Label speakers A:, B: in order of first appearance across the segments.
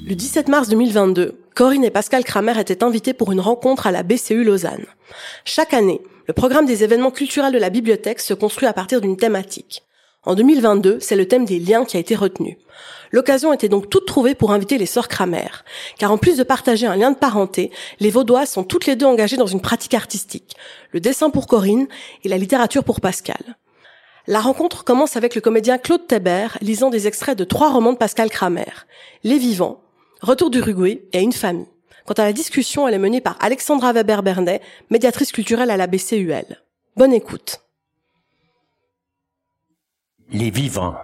A: Le 17 mars 2022, Corinne et Pascal Kramer étaient invités pour une rencontre à la BCU Lausanne. Chaque année, le programme des événements culturels de la bibliothèque se construit à partir d'une thématique. En 2022, c'est le thème des liens qui a été retenu. L'occasion était donc toute trouvée pour inviter les sœurs Kramer. Car en plus de partager un lien de parenté, les Vaudoises sont toutes les deux engagées dans une pratique artistique. Le dessin pour Corinne et la littérature pour Pascal. La rencontre commence avec le comédien Claude Thébert lisant des extraits de 3 romans de Pascal Kramer. Les Vivants, Retour d'Uruguay et Une famille. Quant à la discussion, elle est menée par Alexandra Weber-Bernet, médiatrice culturelle à la BCUL. Bonne écoute.
B: Les Vivants.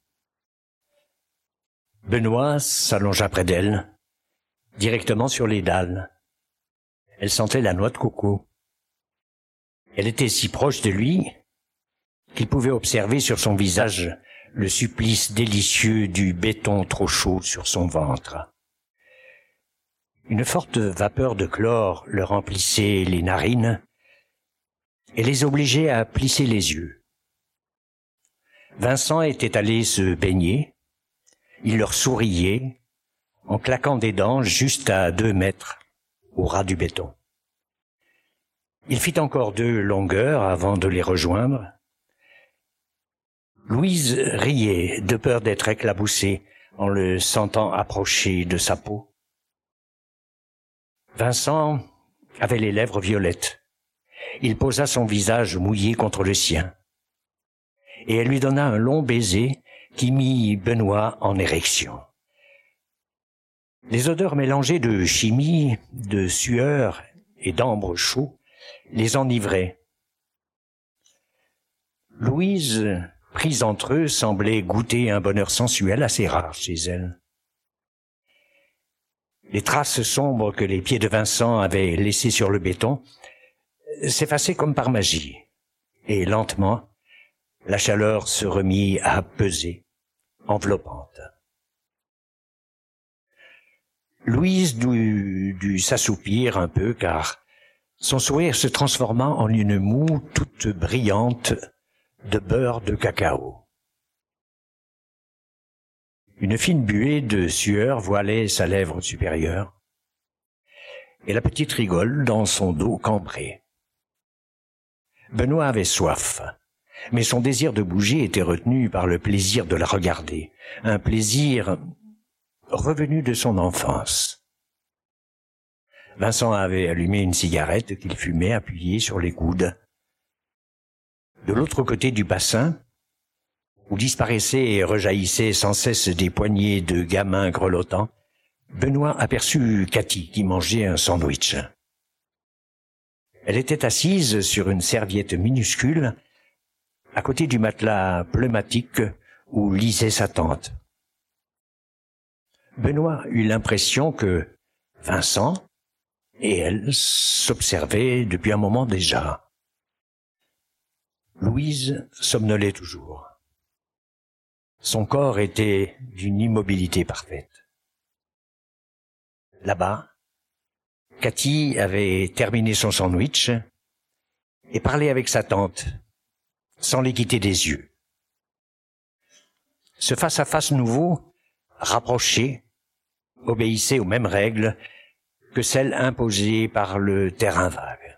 B: Benoît s'allongea près d'elle, directement sur les dalles. Elle sentait la noix de coco. Elle était si proche de lui qu'il pouvait observer sur son visage le supplice délicieux du béton trop chaud sur son ventre. Une forte vapeur de chlore leur remplissait les narines et les obligeait à plisser les yeux. Vincent était allé se baigner. Il leur souriait en claquant des dents juste à 2 mètres au ras du béton. Il fit encore 2 longueurs avant de les rejoindre. Louise riait de peur d'être éclaboussée en le sentant approcher de sa peau. Vincent avait les lèvres violettes. Il posa son visage mouillé contre le sien. Et elle lui donna un long baiser qui mit Benoît en érection. Les odeurs mélangées de chimie, de sueur et d'ambre chaud les enivraient. Louise, prise entre eux, semblait goûter un bonheur sensuel assez rare chez elle. Les traces sombres que les pieds de Vincent avaient laissées sur le béton s'effaçaient comme par magie, et lentement, la chaleur se remit à peser, enveloppante. Louise dut s'assoupir un peu, car son sourire se transforma en une moue toute brillante de beurre de cacao. Une fine buée de sueur voilait sa lèvre supérieure, et la petite rigole dans son dos cambré. Benoît avait soif, mais son désir de bouger était retenu par le plaisir de la regarder, un plaisir revenu de son enfance. Vincent avait allumé une cigarette qu'il fumait appuyée sur les coudes. De l'autre côté du bassin, où disparaissaient et rejaillissaient sans cesse des poignées de gamins grelottants, Benoît aperçut Cathy qui mangeait un sandwich. Elle était assise sur une serviette minuscule, à côté du matelas pneumatique où lisait sa tante. Benoît eut l'impression que Vincent et elle s'observaient depuis un moment déjà. Louise somnolait toujours. Son corps était d'une immobilité parfaite. Là-bas, Cathy avait terminé son sandwich et parlait avec sa tante, sans les quitter des yeux. Ce face-à-face nouveau, rapproché, obéissait aux mêmes règles que celles imposées par le terrain vague.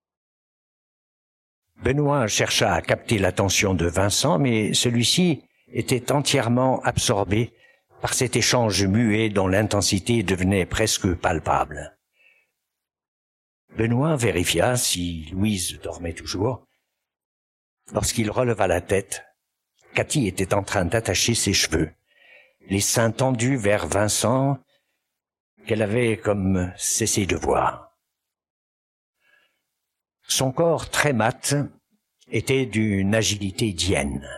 B: Benoît chercha à capter l'attention de Vincent, mais celui-ci était entièrement absorbé par cet échange muet dont l'intensité devenait presque palpable. Benoît vérifia si Louise dormait toujours. Lorsqu'il releva la tête, Cathy était en train d'attacher ses cheveux, les seins tendus vers Vincent, qu'elle avait comme cessé de voir. Son corps très mat était d'une agilité d'hyène.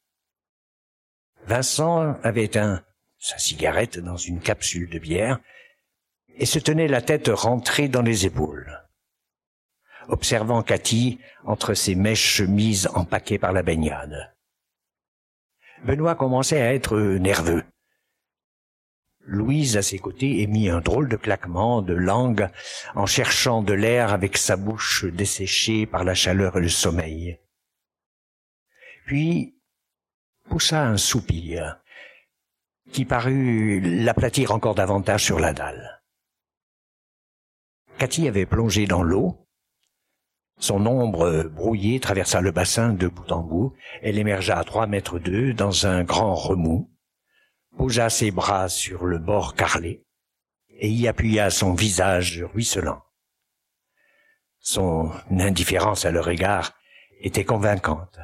B: Vincent avait éteint sa cigarette dans une capsule de bière et se tenait la tête rentrée dans les épaules, observant Cathy entre ses mèches mises en paquet par la baignade. Benoît commençait à être nerveux. Louise, à ses côtés, émit un drôle de claquement de langue en cherchant de l'air avec sa bouche desséchée par la chaleur et le sommeil. Puis poussa un soupir qui parut l'aplatir encore davantage sur la dalle. Cathy avait plongé dans l'eau. Son ombre brouillée traversa le bassin de bout en bout. Elle émergea à 3 mètres d'eux dans un grand remous, posa ses bras sur le bord carrelé et y appuya son visage ruisselant. Son indifférence à leur égard était convaincante.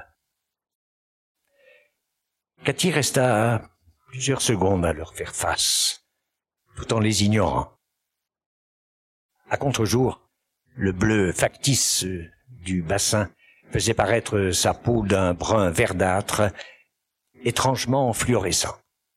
B: Cathy resta plusieurs secondes à leur faire face, tout en les ignorant. À contre-jour, le bleu factice du bassin faisait paraître sa peau d'un brun verdâtre, étrangement fluorescent.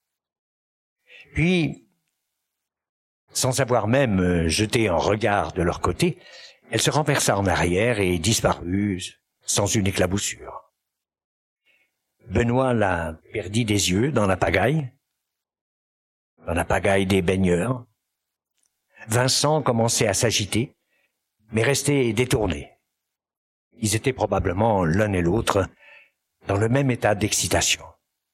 B: Puis, sans avoir même jeté un regard de leur côté, elle se renversa en arrière et disparut sans une éclaboussure. Benoît la perdit des yeux dans la pagaille des baigneurs. Vincent commençait à s'agiter, mais restait détourné. Ils étaient probablement l'un et l'autre dans le même état d'excitation.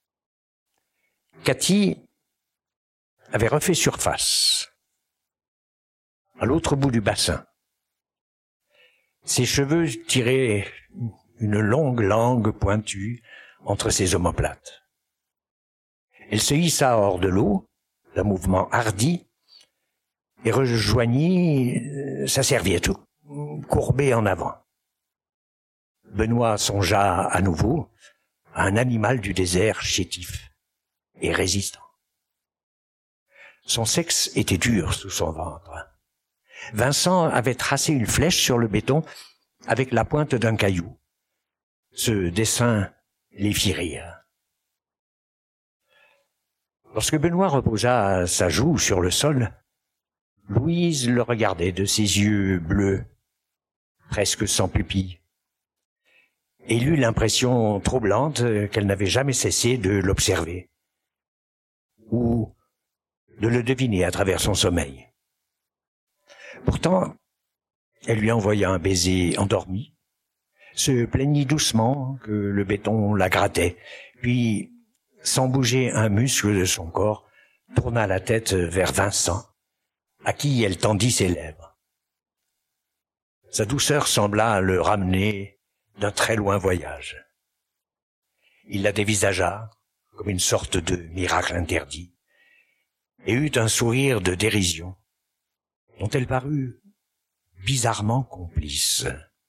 B: Cathy avait refait surface, à l'autre bout du bassin. Ses cheveux tiraient une longue langue pointue entre ses omoplates. Elle se hissa hors de l'eau, d'un mouvement hardi, et rejoignit sa serviette, courbée en avant. Benoît songea à nouveau à un animal du désert chétif et résistant. Son sexe était dur sous son ventre. Vincent avait tracé une flèche sur le béton avec la pointe d'un caillou. Ce dessin les fit rire. Lorsque Benoît reposa sa joue sur le sol, Louise le regardait de ses yeux bleus, presque sans pupille, et il eut l'impression troublante qu'elle n'avait jamais cessé de l'observer, ou de le deviner à travers son sommeil. Pourtant, elle lui envoya un baiser endormi, se plaignit doucement que le béton la grattait, puis, sans bouger un muscle de son corps, tourna la tête vers Vincent, à qui elle tendit ses lèvres. Sa douceur sembla le ramener d'un très loin voyage. Il la dévisagea comme une sorte de miracle interdit, et eut un sourire de dérision, dont elle parut bizarrement complice.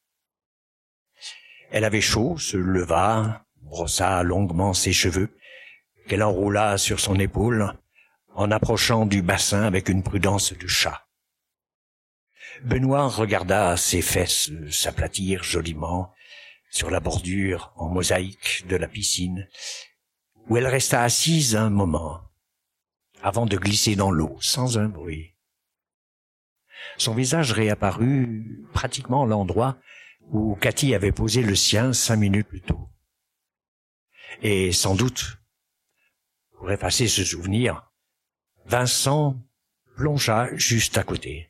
B: Elle avait chaud, se leva, brossa longuement ses cheveux, qu'elle enroula sur son épaule, en approchant du bassin avec une prudence de chat. Benoît regarda ses fesses s'aplatir joliment sur la bordure en mosaïque de la piscine, où elle resta assise un moment, avant de glisser dans l'eau, sans un bruit. Son visage réapparut pratiquement à l'endroit où Cathy avait posé le sien 5 minutes plus tôt. Et sans doute, pour effacer ce souvenir, Vincent plongea juste à côté.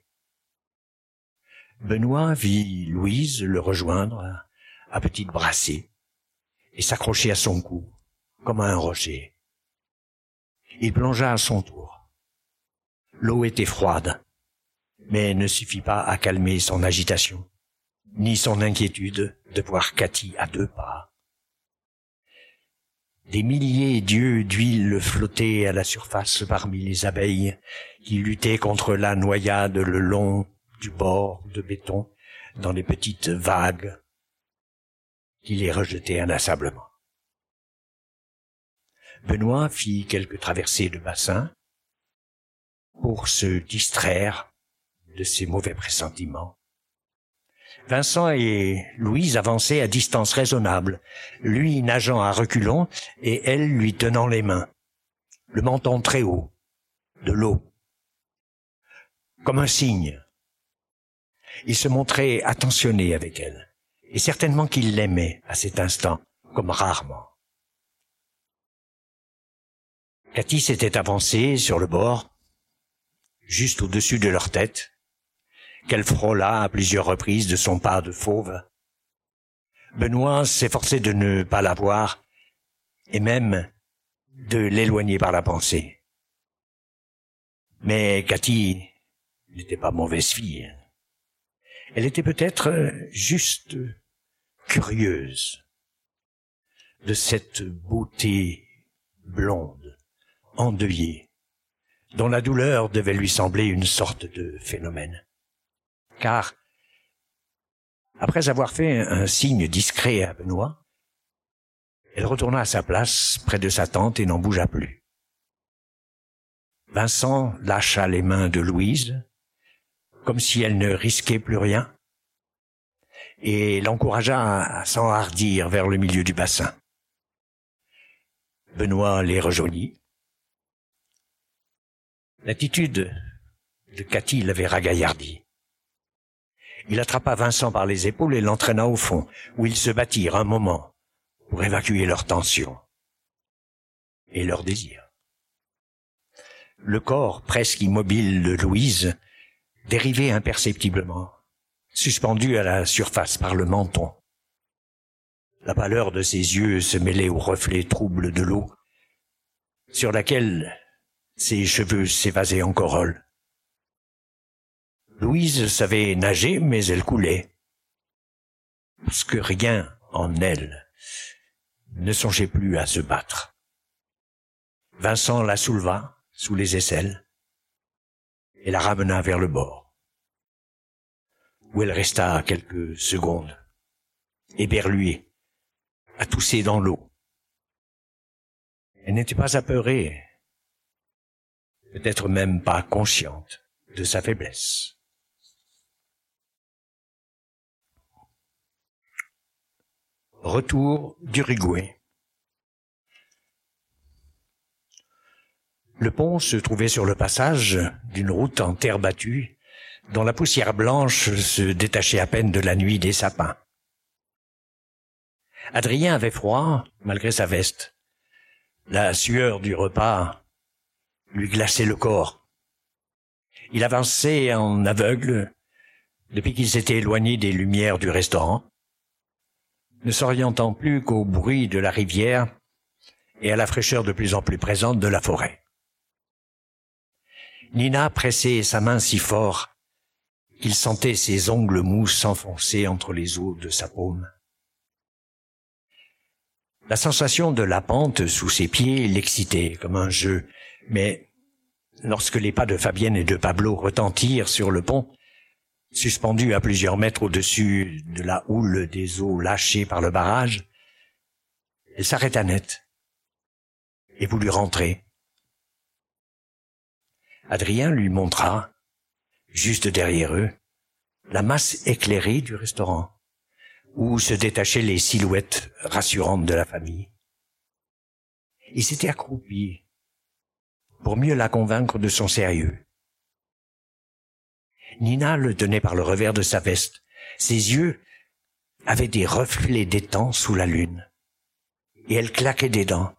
B: Benoît vit Louise le rejoindre à petites brassées et s'accrocher à son cou, comme à un rocher. Il plongea à son tour. L'eau était froide, mais ne suffit pas à calmer son agitation, ni son inquiétude de voir Cathy à 2 pas. Des milliers d'yeux d'huile flottaient à la surface parmi les abeilles qui luttaient contre la noyade le long du bord de béton dans les petites vagues qui les rejetaient inlassablement. Benoît fit quelques traversées de bassin pour se distraire de ses mauvais pressentiments. Vincent et Louise avançaient à distance raisonnable, lui nageant à reculons et elle lui tenant les mains, le menton très haut, de l'eau. Comme un signe. Il se montrait attentionné avec elle, et certainement qu'il l'aimait à cet instant, comme rarement. Cathy s'était avancée sur le bord, juste au-dessus de leur tête, qu'elle frôla à plusieurs reprises de son pas de fauve. Benoît s'efforçait de ne pas la voir, et même de l'éloigner par la pensée. Mais Cathy n'était pas mauvaise fille. Elle était peut-être juste curieuse de cette beauté blonde, endeuillée, dont la douleur devait lui sembler une sorte de phénomène. Car, après avoir fait un signe discret à Benoît, elle retourna à sa place près de sa tante et n'en bougea plus. Vincent lâcha les mains de Louise, comme si elle ne risquait plus rien, et l'encouragea à s'enhardir vers le milieu du bassin. Benoît les rejoignit. L'attitude de Cathy l'avait ragaillardi. Il attrapa Vincent par les épaules et l'entraîna au fond, où ils se battirent un moment pour évacuer leur tension et leur désir. Le corps presque immobile de Louise dérivait imperceptiblement, suspendu à la surface par le menton. La pâleur de ses yeux se mêlait aux reflets troubles de l'eau, sur laquelle ses cheveux s'évasaient en corolle. Louise savait nager, mais elle coulait, parce que rien en elle ne songeait plus à se battre. Vincent la souleva sous les aisselles et la ramena vers le bord, où elle resta quelques secondes, éberluée, à tousser dans l'eau. Elle n'était pas apeurée, peut-être même pas consciente de sa faiblesse. Retour d'Uruguay. Le pont se trouvait sur le passage d'une route en terre battue, dont la poussière blanche se détachait à peine de la nuit des sapins. Adrien avait froid, malgré sa veste. La sueur du repas lui glaçait le corps. Il avançait en aveugle depuis qu'il s'était éloigné des lumières du restaurant, ne s'orientant plus qu'au bruit de la rivière et à la fraîcheur de plus en plus présente de la forêt. Nina pressait sa main si fort qu'il sentait ses ongles mous s'enfoncer entre les os de sa paume. La sensation de la pente sous ses pieds l'excitait comme un jeu, mais lorsque les pas de Fabienne et de Pablo retentirent sur le pont, suspendu à plusieurs mètres au-dessus de la houle des eaux lâchées par le barrage, elle s'arrêta net et voulut rentrer. Adrien lui montra, juste derrière eux, la masse éclairée du restaurant, où se détachaient les silhouettes rassurantes de la famille. Il s'était accroupi pour mieux la convaincre de son sérieux. Nina le tenait par le revers de sa veste. Ses yeux avaient des reflets d'étang sous la lune, et elle claquait des dents.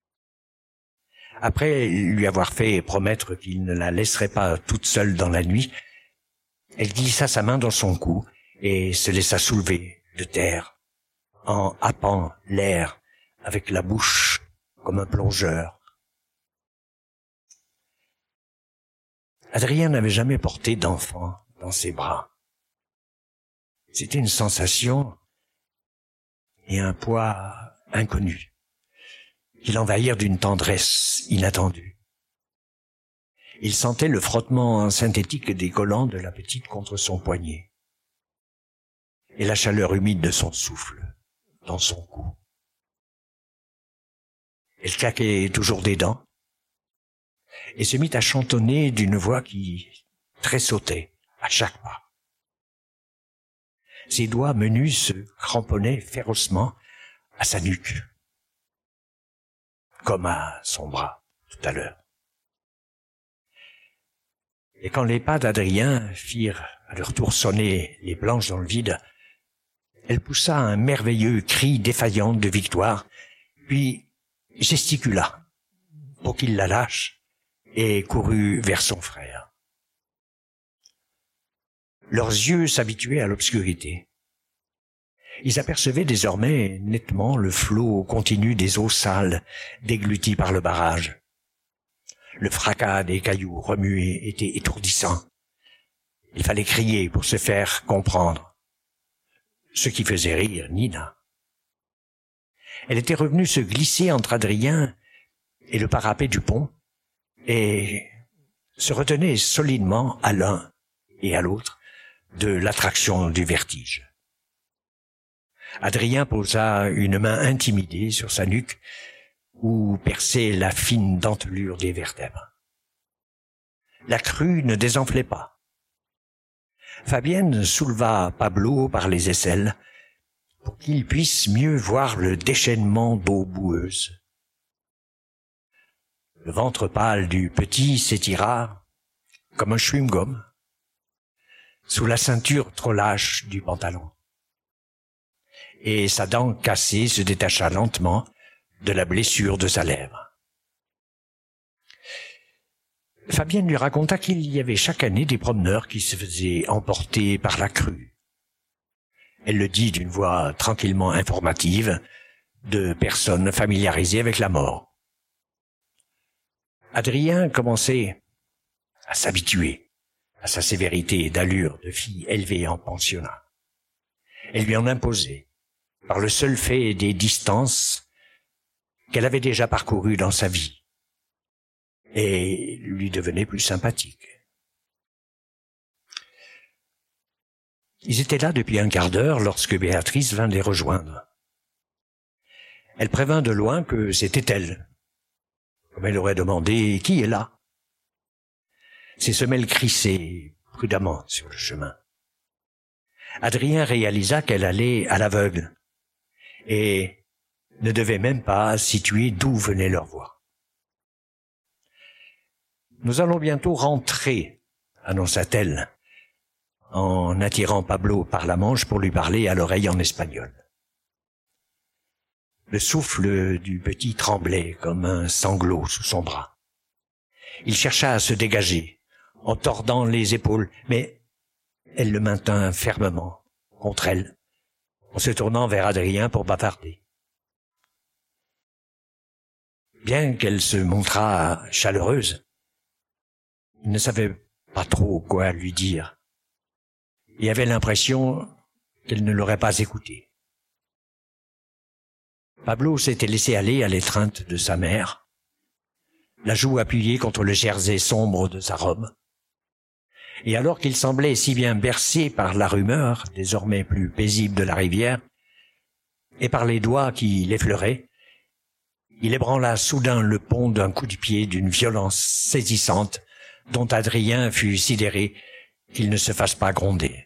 B: Après lui avoir fait promettre qu'il ne la laisserait pas toute seule dans la nuit, elle glissa sa main dans son cou et se laissa soulever de terre, en happant l'air avec la bouche comme un plongeur. Adrien n'avait jamais porté d'enfant dans ses bras. C'était une sensation et un poids inconnus qui l'envahirent d'une tendresse inattendue. Il sentait le frottement synthétique des collants de la petite contre son poignet et la chaleur humide de son souffle dans son cou. Elle claquait toujours des dents et se mit à chantonner d'une voix qui tressautait à chaque pas. Ses doigts menus se cramponnaient férocement à sa nuque, comme à son bras tout à l'heure. Et quand les pas d'Adrien firent à leur tour sonner les planches dans le vide, elle poussa un merveilleux cri défaillant de victoire, puis gesticula pour qu'il la lâche et courut vers son frère. Leurs yeux s'habituaient à l'obscurité. Ils apercevaient désormais nettement le flot continu des eaux sales dégluties par le barrage. Le fracas des cailloux remués était étourdissant. Il fallait crier pour se faire comprendre. Ce qui faisait rire Nina. Elle était revenue se glisser entre Adrien et le parapet du pont et se retenait solidement à l'un et à l'autre de l'attraction du vertige. Adrien posa une main intimidée sur sa nuque où perçait la fine dentelure des vertèbres. La crue ne désenflait pas. Fabienne souleva Pablo par les aisselles pour qu'il puisse mieux voir le déchaînement d'eau boueuse. Le ventre pâle du petit s'étira comme un chewing-gum sous la ceinture trop lâche du pantalon. Et sa dent cassée se détacha lentement de la blessure de sa lèvre. Fabienne lui raconta qu'il y avait chaque année des promeneurs qui se faisaient emporter par la crue. Elle le dit d'une voix tranquillement informative de personnes familiarisées avec la mort. Adrien commençait à s'habituer à sa sévérité d'allure de fille élevée en pensionnat. Elle lui en imposait, par le seul fait des distances qu'elle avait déjà parcourues dans sa vie, et lui devenait plus sympathique. Ils étaient là depuis un quart d'heure lorsque Béatrice vint les rejoindre. Elle prévint de loin que c'était elle, comme elle aurait demandé « Qui est là ?» Ses semelles crissaient prudemment sur le chemin. Adrien réalisa qu'elle allait à l'aveugle et ne devait même pas situer d'où venait leur voix. « Nous allons bientôt rentrer », annonça-t-elle, en attirant Pablo par la manche pour lui parler à l'oreille en espagnol. Le souffle du petit tremblait comme un sanglot sous son bras. Il chercha à se dégager, en tordant les épaules, mais elle le maintint fermement contre elle, en se tournant vers Adrien pour bavarder. Bien qu'elle se montrât chaleureuse, il ne savait pas trop quoi lui dire, et avait l'impression qu'elle ne l'aurait pas écouté. Pablo s'était laissé aller à l'étreinte de sa mère, la joue appuyée contre le jersey sombre de sa robe. Et alors qu'il semblait si bien bercé par la rumeur, désormais plus paisible de la rivière, et par les doigts qui l'effleuraient, il ébranla soudain le pont d'un coup de pied d'une violence saisissante dont Adrien fut sidéré qu'il ne se fasse pas gronder.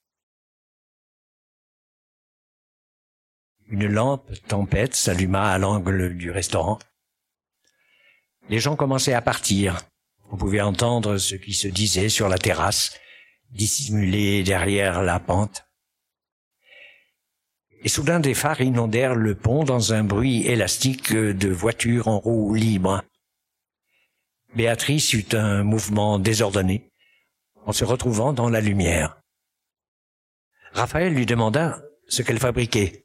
B: Une lampe tempête s'alluma à l'angle du restaurant. Les gens commençaient à partir. On pouvait entendre ce qui se disait sur la terrasse, dissimulée derrière la pente. Et soudain des phares inondèrent le pont dans un bruit élastique de voitures en roue libre. Béatrice eut un mouvement désordonné en se retrouvant dans la lumière. Raphaël lui demanda ce qu'elle fabriquait.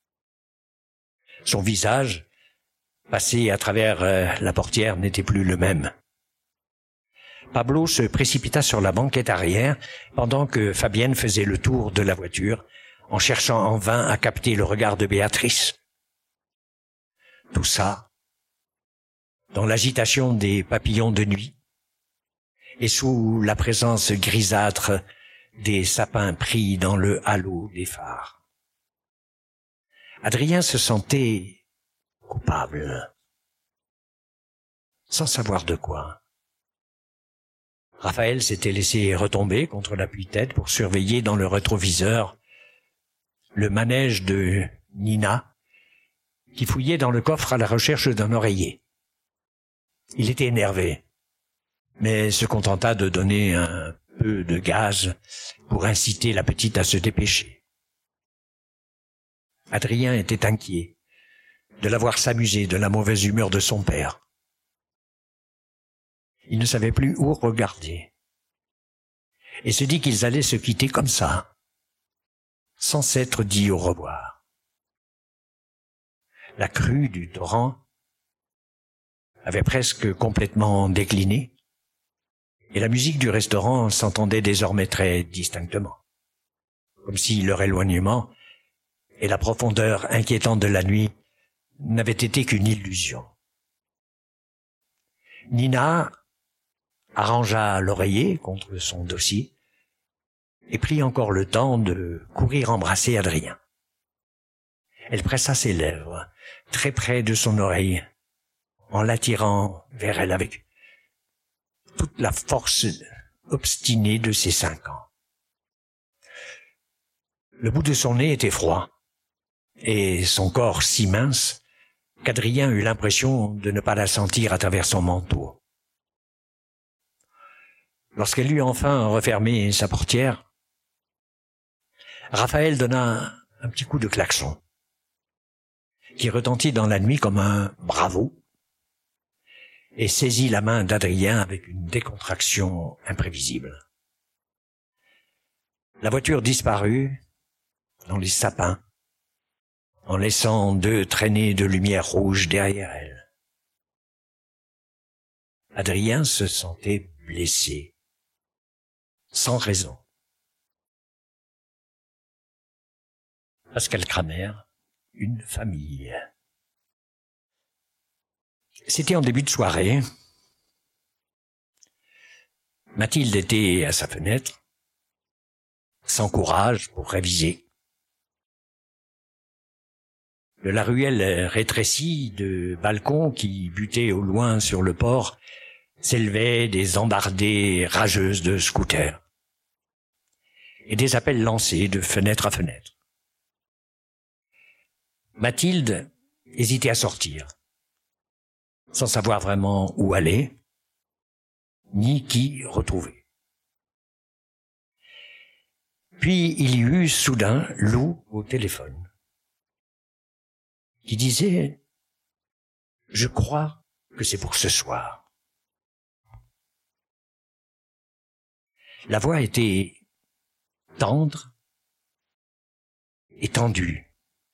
B: Son visage, passé à travers la portière, n'était plus le même. Pablo se précipita sur la banquette arrière pendant que Fabienne faisait le tour de la voiture en cherchant en vain à capter le regard de Béatrice. Tout ça, dans l'agitation des papillons de nuit et sous la présence grisâtre des sapins pris dans le halo des phares. Adrien se sentait coupable, sans savoir de quoi. Raphaël s'était laissé retomber contre l'appui-tête pour surveiller dans le rétroviseur le manège de Nina, qui fouillait dans le coffre à la recherche d'un oreiller. Il était énervé, mais se contenta de donner un peu de gaz pour inciter la petite à se dépêcher. Adrien était inquiet de la voir s'amuser de la mauvaise humeur de son père. Il ne savait plus où regarder et se dit qu'ils allaient se quitter comme ça, sans s'être dit au revoir. La crue du torrent avait presque complètement décliné, et la musique du restaurant s'entendait désormais très distinctement, comme si leur éloignement et la profondeur inquiétante de la nuit n'avaient été qu'une illusion. Nina arrangea l'oreiller contre son dossier et prit encore le temps de courir embrasser Adrien. Elle pressa ses lèvres très près de son oreille en l'attirant vers elle avec toute la force obstinée de ses 5 ans. Le bout de son nez était froid et son corps si mince qu'Adrien eut l'impression de ne pas la sentir à travers son manteau. Lorsqu'elle eut enfin refermé sa portière, Raphaël donna un petit coup de klaxon qui retentit dans la nuit comme un bravo et saisit la main d'Adrien avec une décontraction imprévisible. La voiture disparut dans les sapins, en laissant 2 traînées de lumière rouge derrière elle. Adrien se sentait blessé, sans raison. Pascal Kramer, une famille. C'était en début de soirée. Mathilde était à sa fenêtre, sans courage pour réviser. De la ruelle rétrécie de balcons qui butaient au loin sur le port s'élevaient des embardées rageuses de scooters et des appels lancés de fenêtre à fenêtre. Mathilde hésitait à sortir, sans savoir vraiment où aller, ni qui retrouver. Puis il y eut soudain Lou au téléphone, qui disait « Je crois que c'est pour ce soir ». La voix était tendre et tendue.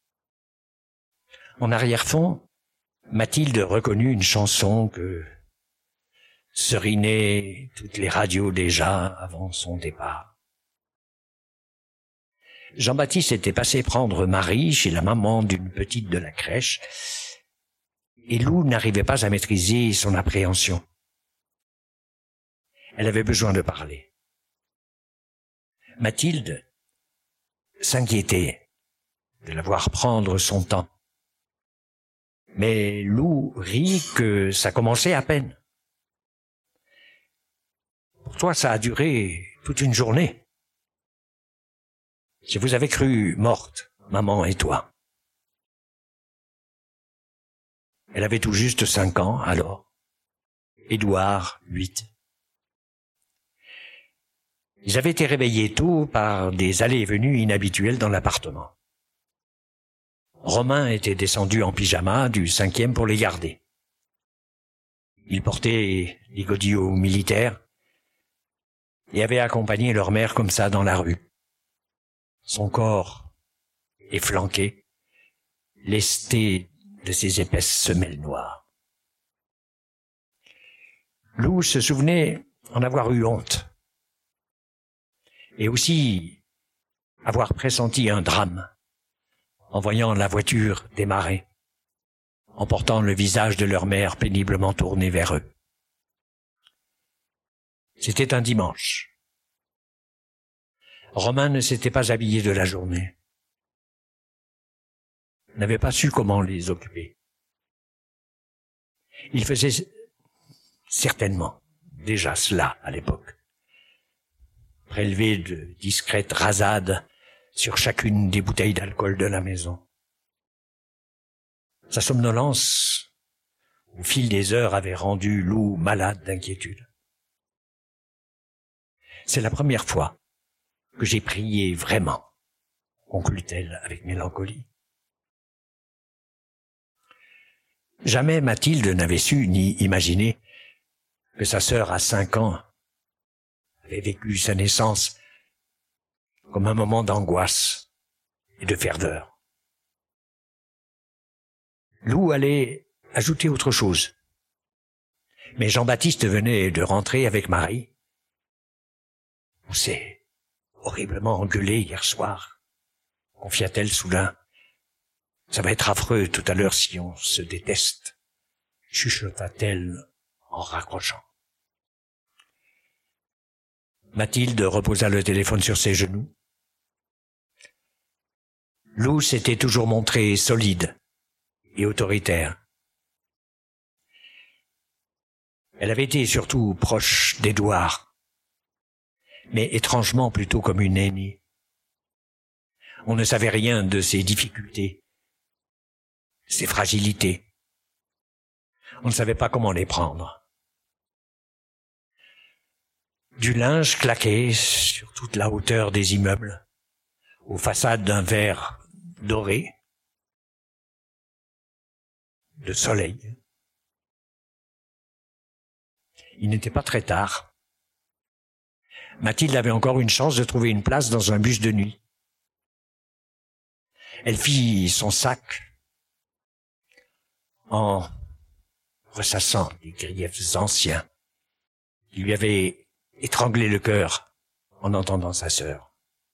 B: En arrière-fond, Mathilde reconnut une chanson que serinaient toutes les radios déjà avant son départ. Jean-Baptiste était passé prendre Marie chez la maman d'une petite de la crèche et Lou n'arrivait pas à maîtriser son appréhension. Elle avait besoin de parler. Mathilde s'inquiétait de la voir prendre son temps. Mais Lou rit que ça commençait à peine. Pour toi, ça a duré toute une journée. Je vous avais cru morte, maman et toi. Elle avait tout juste 5 ans, alors. Édouard, 8. Ils avaient été réveillés tôt par des allées et venues inhabituelles dans l'appartement. Romain était descendu en pyjama du 5e pour les garder. Ils portaient les godillots militaires et avaient accompagné leur mère comme ça dans la rue. Son corps efflanqué, lesté de ses épaisses semelles noires. Lou se souvenait en avoir eu honte et aussi avoir pressenti un drame en voyant la voiture démarrer, en portant le visage de leur mère péniblement tourné vers eux. C'était un dimanche. Romain ne s'était pas habillé de la journée, n'avait pas su comment les occuper. Il faisait certainement déjà cela à l'époque, prélever de discrètes rasades sur chacune des bouteilles d'alcool de la maison. Sa somnolence, au fil des heures, avait rendu Lou malade d'inquiétude. C'est la première fois que j'ai prié vraiment, conclut-elle avec mélancolie. Jamais Mathilde n'avait su ni imaginé que sa sœur à 5 ans avait vécu sa naissance comme un moment d'angoisse et de ferveur. Lou allait ajouter autre chose, Mais Jean-Baptiste venait de rentrer avec Marie. « On s'est horriblement engueulé hier soir, » confia-t-elle soudain. « Ça va être affreux tout à l'heure si on se déteste, » chuchota-t-elle en raccrochant. Mathilde reposa le téléphone sur ses genoux. Lou s'était toujours montrée solide et autoritaire. Elle avait été surtout proche d'Édouard, mais étrangement plutôt comme une aînée. On ne savait rien de ses difficultés, ses fragilités. On ne savait pas comment les prendre. Du linge claquait sur toute la hauteur des immeubles, aux façades d'un verre doré, de soleil. Il n'était pas très tard. Mathilde avait encore une chance de trouver une place dans un bus de nuit. Elle fit son sac en ressassant les griefs anciens qui lui avaient étranglé le cœur en entendant sa sœur.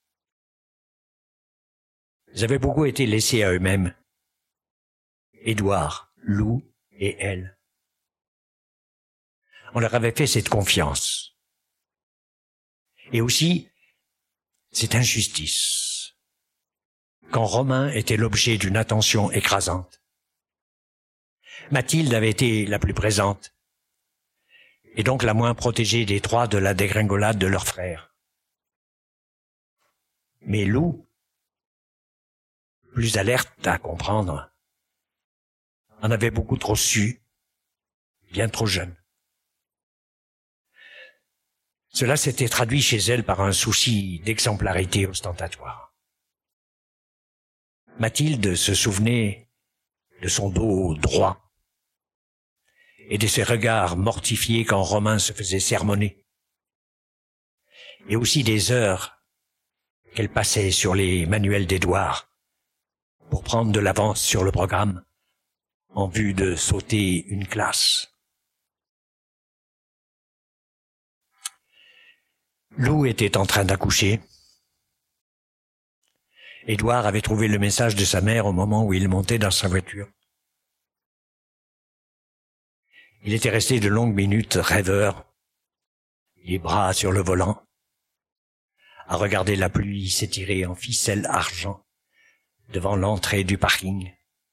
B: Ils avaient beaucoup été laissés à eux-mêmes, Édouard, Lou et elle. On leur avait fait cette confiance. Et aussi, cette injustice. Quand Romain était l'objet d'une attention écrasante, Mathilde avait été la plus présente, et donc la moins protégée des trois de la dégringolade de leur frère. Mais Lou, plus alerte à comprendre, en avait beaucoup trop su, bien trop jeune. Cela s'était traduit chez elle par un souci d'exemplarité ostentatoire. Mathilde se souvenait de son dos droit et de ses regards mortifiés quand Romain se faisait sermonner, et aussi des heures qu'elle passait sur les manuels d'Édouard pour prendre de l'avance sur le programme en vue de sauter une classe. Lou était en train d'accoucher. Édouard avait trouvé le message de sa mère au moment où il montait dans sa voiture. Il était resté de longues minutes rêveur, les bras sur le volant, à regarder la pluie s'étirer en ficelle argent devant l'entrée du parking,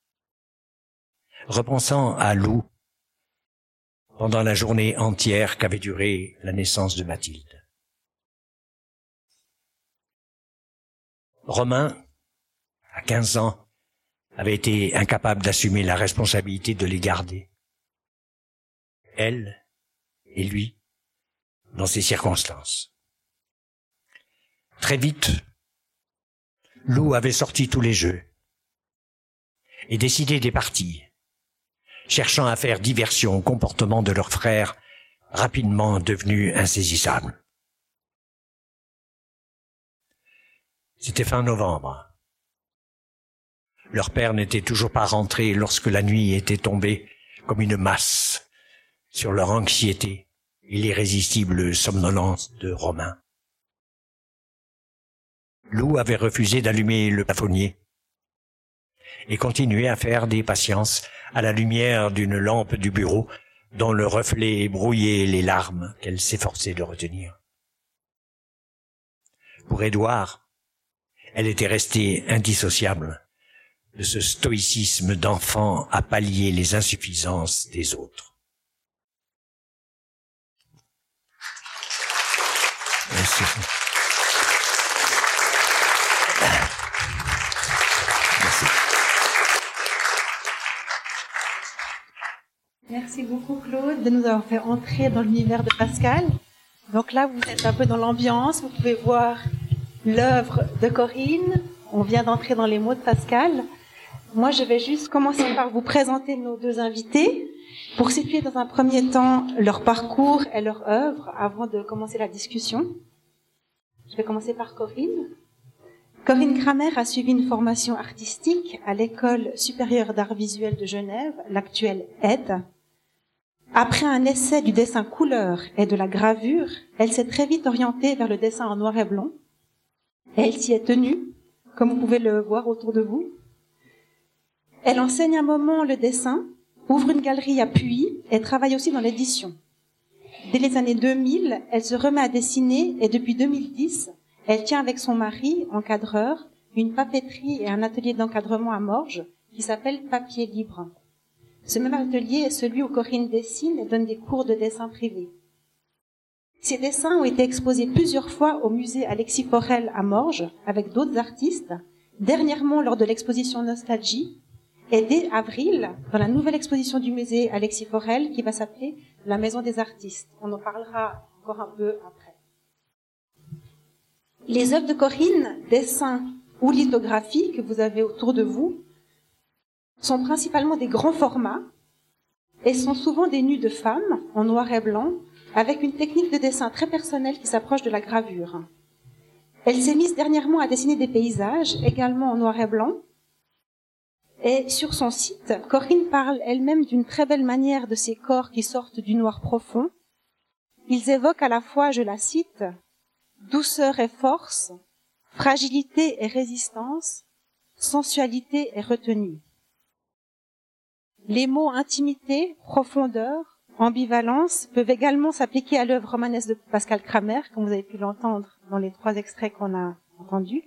B: repensant à Lou pendant la journée entière qu'avait duré la naissance de Mathilde. Romain, à 15 ans, avait été incapable d'assumer la responsabilité de les garder. Elle et lui, dans ces circonstances. Très vite, Lou avait sorti tous les jeux et décidé des parties, cherchant à faire diversion au comportement de leur frère, rapidement devenu insaisissable. C'était fin novembre. Leur père n'était toujours pas rentré lorsque la nuit était tombée comme une masse sur leur anxiété et l'irrésistible somnolence de Romain. Lou avait refusé d'allumer le plafonnier et continuait à faire des patiences à la lumière d'une lampe du bureau dont le reflet brouillait les larmes qu'elle s'efforçait de retenir. Pour Édouard, elle était restée indissociable de ce stoïcisme d'enfant à pallier les insuffisances des autres. Merci.
C: Merci beaucoup Claude de nous avoir fait entrer dans l'univers de Pascal. Donc là, vous êtes un peu dans l'ambiance, vous pouvez voir l'œuvre de Corinne. On vient d'entrer dans les mots de Pascal. Moi, je vais juste commencer par vous présenter nos deux invités pour situer dans un premier temps leur parcours et leur œuvre avant de commencer la discussion. Je vais commencer par Corinne. Corinne Kramer a suivi une formation artistique à l'École supérieure d'art visuel de Genève, l'actuelle ED. Après un essai du dessin couleur et de la gravure, elle s'est très vite orientée vers le dessin en noir et blanc. Elle s'y est tenue, comme vous pouvez le voir autour de vous. Elle enseigne un moment le dessin, ouvre une galerie à Puy et travaille aussi dans l'édition. Dès les années 2000, elle se remet à dessiner et depuis 2010, elle tient avec son mari, encadreur, une papeterie et un atelier d'encadrement à Morges qui s'appelle Papier Libre. Ce même atelier est celui où Corinne dessine et donne des cours de dessin privés. Ces dessins ont été exposés plusieurs fois au musée Alexis Forel à Morges avec d'autres artistes, dernièrement lors de l'exposition Nostalgie, et dès avril, dans la nouvelle exposition du musée Alexis Forel qui va s'appeler La Maison des Artistes. On en parlera encore un peu après. Les œuvres de Corinne, dessins ou lithographies que vous avez autour de vous, sont principalement des grands formats et sont souvent des nus de femmes en noir et blanc avec une technique de dessin très personnelle qui s'approche de la gravure. Elle s'est mise dernièrement à dessiner des paysages, également en noir et blanc. Et sur son site, Corinne parle elle-même d'une très belle manière de ces corps qui sortent du noir profond. Ils évoquent à la fois, je la cite, « douceur et force, fragilité et résistance, sensualité et retenue ». Les mots intimité, profondeur, ambivalence peuvent également s'appliquer à l'œuvre romanesque de Pascal Cramer, comme vous avez pu l'entendre dans les 3 extraits qu'on a entendus.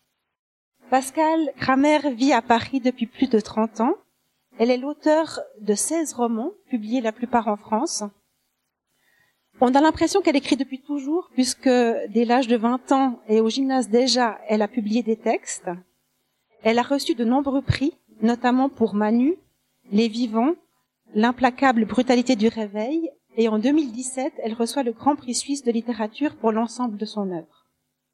C: Pascal Cramer vit à Paris depuis plus de 30 ans. Elle est l'auteure de 16 romans, publiés la plupart en France. On a l'impression qu'elle écrit depuis toujours, puisque dès l'âge de 20 ans et au gymnase déjà, elle a publié des textes. Elle a reçu de nombreux prix, notamment pour Manu, Les Vivants, L'implacable brutalité du réveil, et en 2017, elle reçoit le Grand Prix suisse de littérature pour l'ensemble de son œuvre.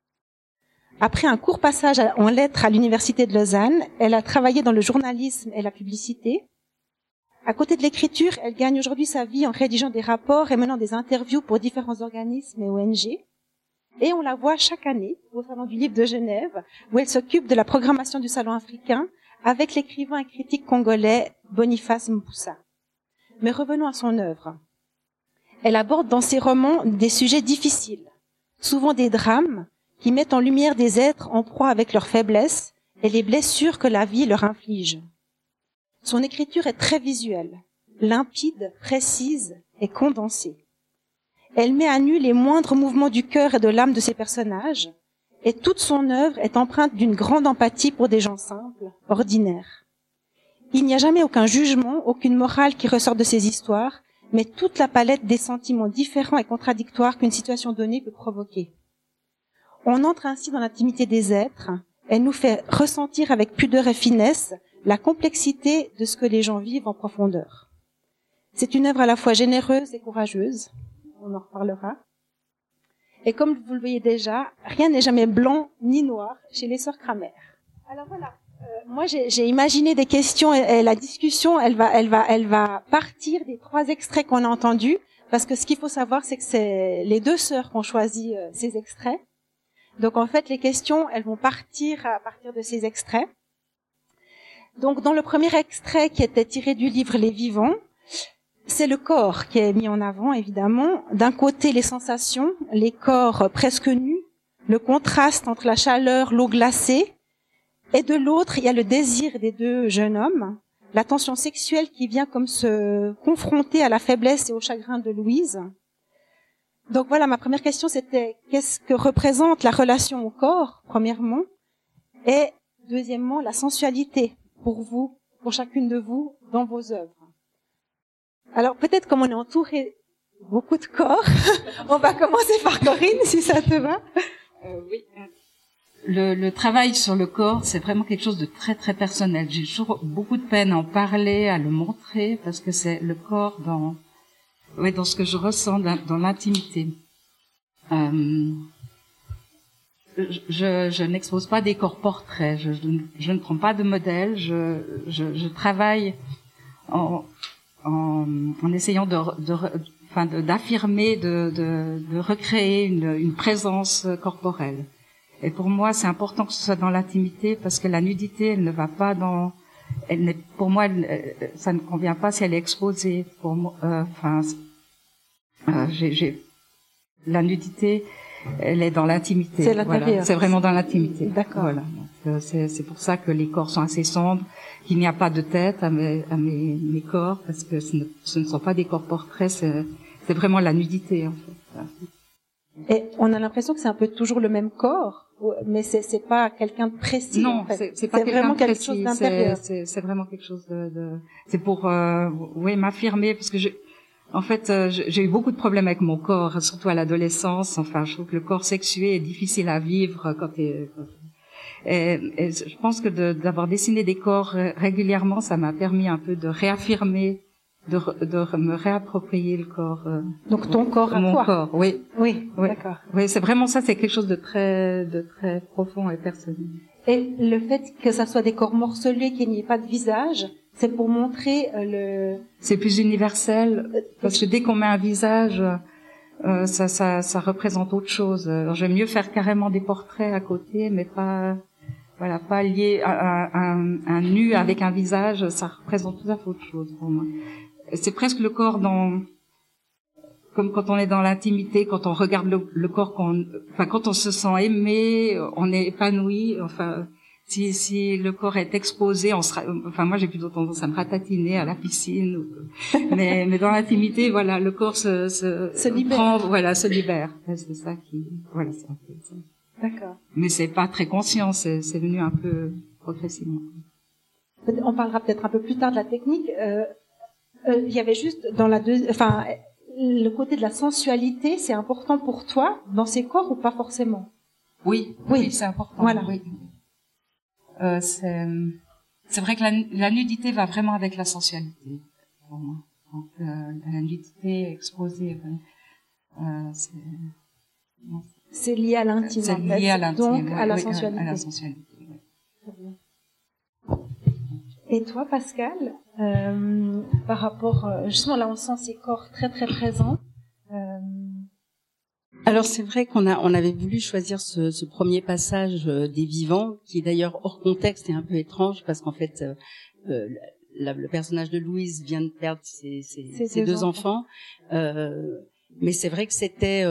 C: Après un court passage en lettres à l'Université de Lausanne, elle a travaillé dans le journalisme et la publicité. À côté de l'écriture, elle gagne aujourd'hui sa vie en rédigeant des rapports et menant des interviews pour différents organismes et ONG. Et on la voit chaque année au Salon du Livre de Genève, où elle s'occupe de la programmation du Salon africain avec l'écrivain et critique congolais Boniface Mpussa. Mais revenons à son œuvre. Elle aborde dans ses romans des sujets difficiles, souvent des drames, qui mettent en lumière des êtres en proie avec leurs faiblesses et les blessures que la vie leur inflige. Son écriture est très visuelle, limpide, précise et condensée. Elle met à nu les moindres mouvements du cœur et de l'âme de ses personnages, et toute son œuvre est empreinte d'une grande empathie pour des gens simples, ordinaires. Il n'y a jamais aucun jugement, aucune morale qui ressort de ces histoires, mais toute la palette des sentiments différents et contradictoires qu'une situation donnée peut provoquer. On entre ainsi dans l'intimité des êtres, elle nous fait ressentir avec pudeur et finesse la complexité de ce que les gens vivent en profondeur. C'est une œuvre à la fois généreuse et courageuse, on en reparlera. Et comme vous le voyez déjà, rien n'est jamais blanc ni noir chez les sœurs Cramer. Alors voilà, moi j'ai imaginé des questions et la discussion, elle va partir des 3 extraits qu'on a entendus, parce que ce qu'il faut savoir, c'est que c'est les 2 sœurs qui ont choisi ces extraits. Donc en fait, les questions, elles vont partir à partir de ces extraits. Donc dans le premier extrait qui était tiré du livre Les Vivants, c'est le corps qui est mis en avant, évidemment. D'un côté, les sensations, les corps presque nus, le contraste entre la chaleur, l'eau glacée, et de l'autre, il y a le désir des 2 jeunes hommes, la tension sexuelle qui vient comme se confronter à la faiblesse et au chagrin de Louise. Donc voilà, ma première question, c'était qu'est-ce que représente la relation au corps, premièrement, et deuxièmement, la sensualité pour vous, pour chacune de vous, dans vos œuvres. Alors peut-être comme on est entouré beaucoup de corps, on va commencer par Corinne, si ça te va.
D: Oui. Le travail sur le corps, c'est vraiment quelque chose de très très personnel. J'ai toujours beaucoup de peine à en parler, à le montrer, parce que c'est le corps dans ce que je ressens dans l'intimité. Je n'expose pas des corps portraits, je ne prends pas de modèle, je travaille en essayant d'affirmer, de recréer une présence corporelle. Et pour moi, c'est important que ce soit dans l'intimité, parce que la nudité, elle ne va pas dans pour moi, ça ne convient pas si elle est exposée. Pour moi, la nudité, elle est dans l'intimité.
C: C'est l'intérieur.
D: Voilà. C'est vraiment dans l'intimité.
C: D'accord.
D: Voilà. Donc, c'est pour ça que les corps sont assez sombres, qu'il n'y a pas de tête à mes corps, parce que ce ne sont pas des corps portraits, c'est vraiment la nudité, en fait.
C: Et on a l'impression que c'est un peu toujours le même corps, mais c'est pas quelqu'un de précis.
D: Non,
C: en fait.
D: c'est pas
C: vraiment quelque
D: précis.
C: chose d'intérieur.
D: C'est vraiment quelque chose c'est pour m'affirmer, parce que en fait, j'ai eu beaucoup de problèmes avec mon corps, surtout à l'adolescence. Enfin, je trouve que le corps sexué est difficile à vivre et je pense que d'avoir dessiné des corps régulièrement, ça m'a permis un peu de réaffirmer, de me réapproprier le corps.
C: Donc ton corps à
D: mon
C: toi.
D: corps, oui.
C: Oui,
D: Oui.
C: d'accord.
D: Oui, c'est vraiment ça, c'est quelque chose de très profond et personnel.
C: Et le fait que ça soit des corps morcelés, qu'il n'y ait pas de visage, c'est pour montrer
D: C'est plus universel, parce que dès qu'on met un visage, ça représente autre chose. Alors, j'aime mieux faire carrément des portraits à côté, mais pas lié à un nu avec un visage, ça représente tout à fait autre chose pour moi. C'est presque le corps comme quand on est dans l'intimité, quand on regarde le corps, quand on se sent aimé, on est épanoui, enfin, si le corps est exposé, moi j'ai plutôt tendance à me ratatiner à la piscine, mais dans l'intimité, voilà, le corps se libère. Se libère. C'est ça c'est un peu ça.
C: D'accord.
D: Mais c'est pas très conscient, c'est venu un peu progressivement.
C: On parlera peut-être un peu plus tard de la technique. Il y avait juste dans le côté de la sensualité, c'est important pour toi dans ces corps ou pas forcément?
D: Oui, c'est important.
C: Voilà.
D: Oui. C'est vrai que la nudité va vraiment avec la sensualité pour moi. Donc la nudité exposée,
C: c'est lié à l'intime.
D: C'est lié à l'intime.
C: Donc à la sensualité.
D: À la sensualité. Oui.
C: Et toi, Pascal, par rapport, justement, là, on sent ces corps très très présents.
E: Alors c'est vrai qu'on avait voulu choisir ce premier passage des vivants, qui est d'ailleurs hors contexte et un peu étrange, parce qu'en fait, le personnage de Louise vient de perdre ses deux enfants. Mais c'est vrai que c'était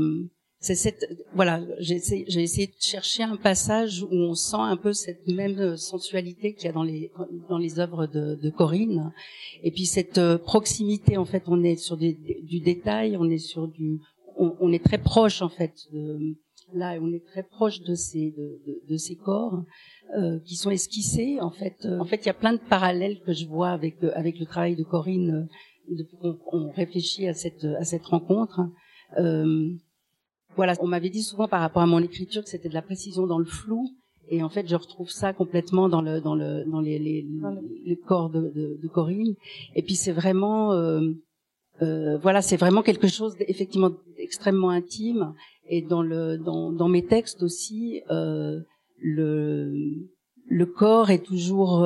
E: j'ai essayé de chercher un passage où on sent un peu cette même sensualité qu'il y a dans les œuvres de Corinne, et puis cette proximité, en fait, on est sur du détail, on est sur on est très proche, en fait, on est très proche de ces corps qui sont esquissés, en fait. Il y a plein de parallèles que je vois avec le travail de Corinne depuis qu'on réfléchit à cette rencontre. Voilà, on m'avait dit souvent par rapport à mon écriture que c'était de la précision dans le flou, et en fait je retrouve ça complètement dans les corps de Corinne. Et puis c'est vraiment c'est vraiment quelque chose effectivement extrêmement intime, et dans mes textes aussi le corps est toujours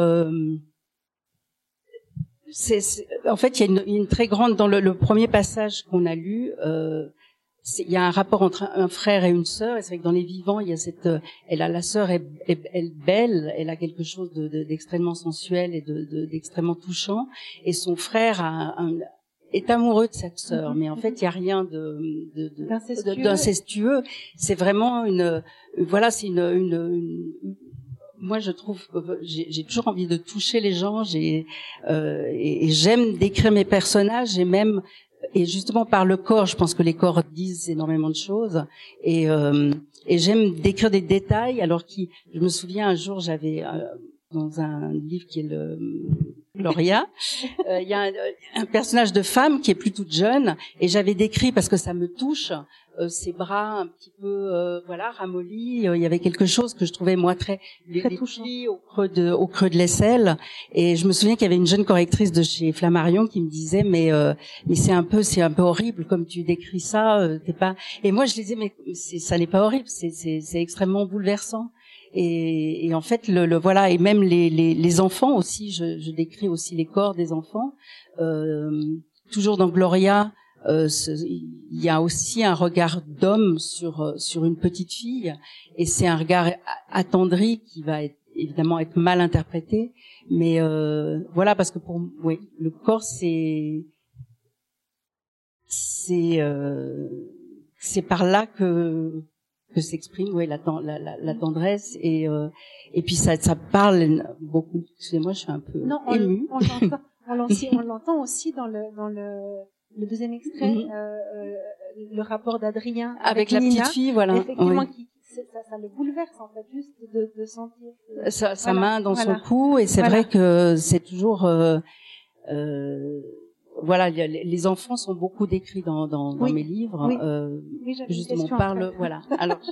E: en fait il y a une très grande, dans le premier passage qu'on a lu, il y a un rapport entre un frère et une sœur, et c'est vrai que dans les vivants, il y a la sœur est belle, elle a quelque chose d'extrêmement sensuel et d'extrêmement touchant, et son frère est amoureux de cette sœur, mais en fait, il y a rien d'incestueux. C'est vraiment moi, je trouve que j'ai toujours envie de toucher les gens, et j'aime décrire mes personnages, et justement par le corps, je pense que les corps disent énormément de choses, et j'aime décrire des détails. Alors je me souviens un jour, j'avais dans un livre qui est le Gloria, il y a un personnage de femme qui est plus toute jeune, et j'avais décrit, parce que ça me touche, ses bras un petit peu ramollis. Il y avait quelque chose que je trouvais moi très touchant au creux de l'aisselle, et je me souviens qu'il y avait une jeune correctrice de chez Flammarion qui me disait mais c'est un peu horrible comme tu décris ça, t'es pas. Et moi je disais mais ça n'est pas horrible, c'est extrêmement bouleversant. Et en fait et même les enfants aussi, je décris aussi les corps des enfants, toujours dans Gloria. Il y a aussi un regard d'homme sur une petite fille, et c'est un regard attendri qui va être évidemment être mal interprété, mais voilà, parce que le corps c'est par là que s'exprime la tendresse et puis ça parle beaucoup. Excusez-moi, je suis un peu émue.
C: On l'entend aussi dans le deuxième extrait, le rapport d'Adrien
E: avec la
C: Nina,
E: petite fille, voilà.
C: Effectivement, ça le bouleverse en fait, juste de sentir
E: sa main dans son cou, et c'est vrai que c'est toujours voilà, les enfants sont beaucoup décrits dans mes livres.
C: Oui,
E: justement, parle, voilà. Alors,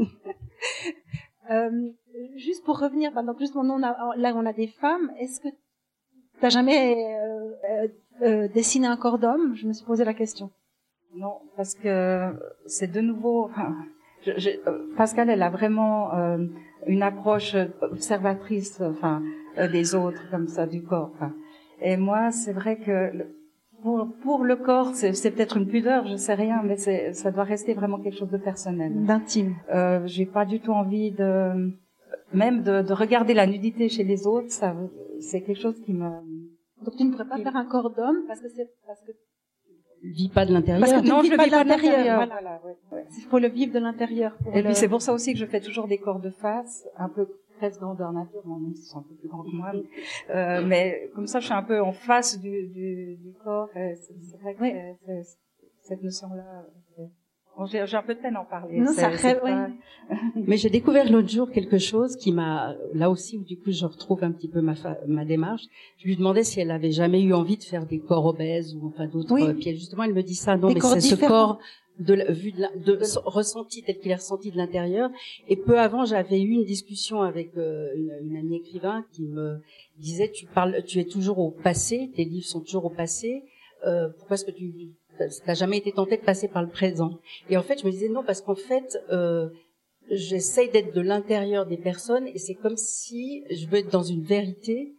C: juste pour revenir, donc justement, on a des femmes. Est-ce que t'as jamais dessiné un corps d'homme? Je me suis posé la question.
D: Non, parce que c'est de nouveau. Pascal, elle a vraiment une approche observatrice, des autres, comme ça, du corps. Et moi, c'est vrai que pour le corps, c'est peut-être une pudeur, je sais rien, mais ça doit rester vraiment quelque chose de personnel,
C: d'intime.
D: J'ai pas du tout envie de regarder la nudité chez les autres. Ça, c'est quelque chose qui me.
C: Donc tu ne pourrais pas faire un corps d'homme parce que
E: je vis pas de l'intérieur.
C: Parce que
D: non, je
C: vis pas
D: vis pas de
C: l'intérieur.
D: Voilà, ouais.
C: Il faut le vivre de l'intérieur.
D: Et puis c'est pour ça aussi que je fais toujours des corps de face, un peu presque grandeur nature, même s'ils sont un peu plus grands que moi. Mais comme ça, je suis un peu en face du corps. C'est vrai que cette notion-là. J'ai un peu de peine à en parler.
C: Non, ça rêve,
E: Mais j'ai découvert l'autre jour quelque chose qui m'a, là aussi, où du coup je retrouve un petit peu ma démarche. Je lui demandais si elle avait jamais eu envie de faire des corps obèses ou d'autres. Puis justement, elle me dit ça. Non, mais c'est ce corps ressenti tel qu'il est ressenti de l'intérieur. Et peu avant, j'avais eu une discussion avec une amie écrivain qui me disait tu es toujours au passé, tes livres sont toujours au passé. Pourquoi est-ce que t'as jamais été tenté de passer par le présent? Et en fait, je me disais non, parce qu'en fait, j'essaye d'être de l'intérieur des personnes, et c'est comme si je veux être dans une vérité,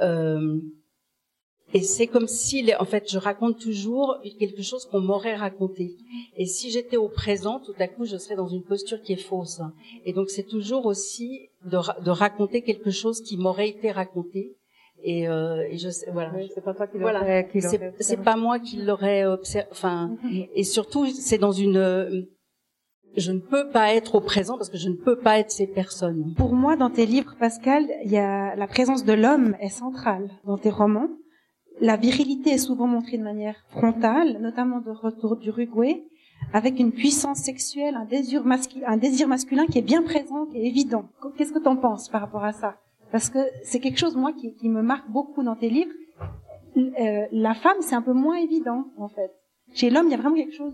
E: et c'est comme si, en fait, je raconte toujours quelque chose qu'on m'aurait raconté. Et si j'étais au présent, tout à coup, je serais dans une posture qui est fausse. Et donc, c'est toujours aussi de raconter quelque chose qui m'aurait été raconté. Et je sais, voilà.
D: Oui, c'est pas toi qui
E: l'aurais. C'est pas moi qui l'aurais observé. Et surtout, c'est dans je ne peux pas être au présent parce que je ne peux pas être ces personnes.
C: Pour moi, dans tes livres, Pascal, il y a la présence de l'homme est centrale dans tes romans. La virilité est souvent montrée de manière frontale, notamment de Retour d'Uruguay, avec une puissance sexuelle, un désir masculin qui est bien présent, qui est évident. Qu'est-ce que t'en penses par rapport à ça? Parce que c'est quelque chose, moi, qui me marque beaucoup dans tes livres. La femme, c'est un peu moins évident, en fait. Chez l'homme, il y a vraiment quelque chose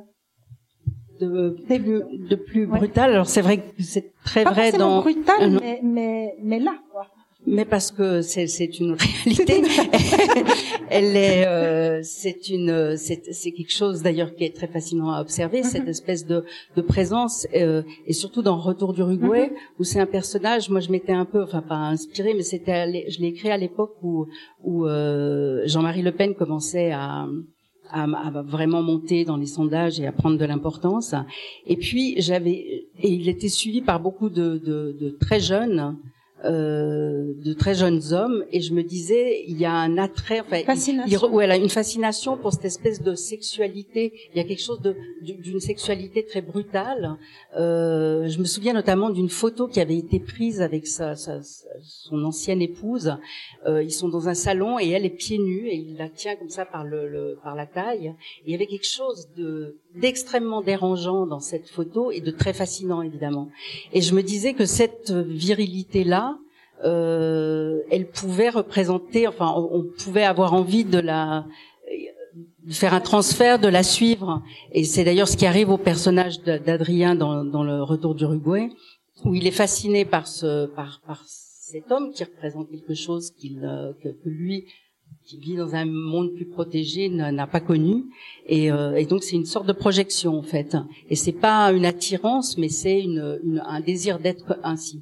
E: de plus brutal. Alors, c'est vrai que c'est très vrai dans...
C: Pas brutal, mais là, quoi.
E: Mais parce que c'est une réalité. Elle est, c'est quelque chose d'ailleurs qui est très fascinant à observer, cette espèce de présence, et surtout dans Retour d'Uruguay, où c'est un personnage. Moi, je m'étais un peu, pas inspirée, mais je l'ai écrit à l'époque où Jean-Marie Le Pen commençait à vraiment monter dans les sondages et à prendre de l'importance. Et puis il était suivi par beaucoup de très jeunes. De très jeunes hommes, et je me disais, il y a un attrait, elle a une fascination pour cette espèce de sexualité. Il y a quelque chose d'une sexualité très brutale. Je me souviens notamment d'une photo qui avait été prise avec son ancienne épouse. Ils sont dans un salon et elle est pieds nus et il la tient comme ça par la taille. Et il y avait quelque chose d'extrêmement dérangeant dans cette photo et de très fascinant, évidemment. Et je me disais que cette virilité-là, elle pouvait représenter, on pouvait avoir envie de faire un transfert, de la suivre. Et c'est d'ailleurs ce qui arrive au personnage d'Adrien dans le Retour d'Uruguay, où il est fasciné par cet homme qui représente quelque chose que lui, qui vit dans un monde plus protégé, n'a pas connu, et donc c'est une sorte de projection en fait. Et c'est pas une attirance, mais c'est un désir d'être ainsi.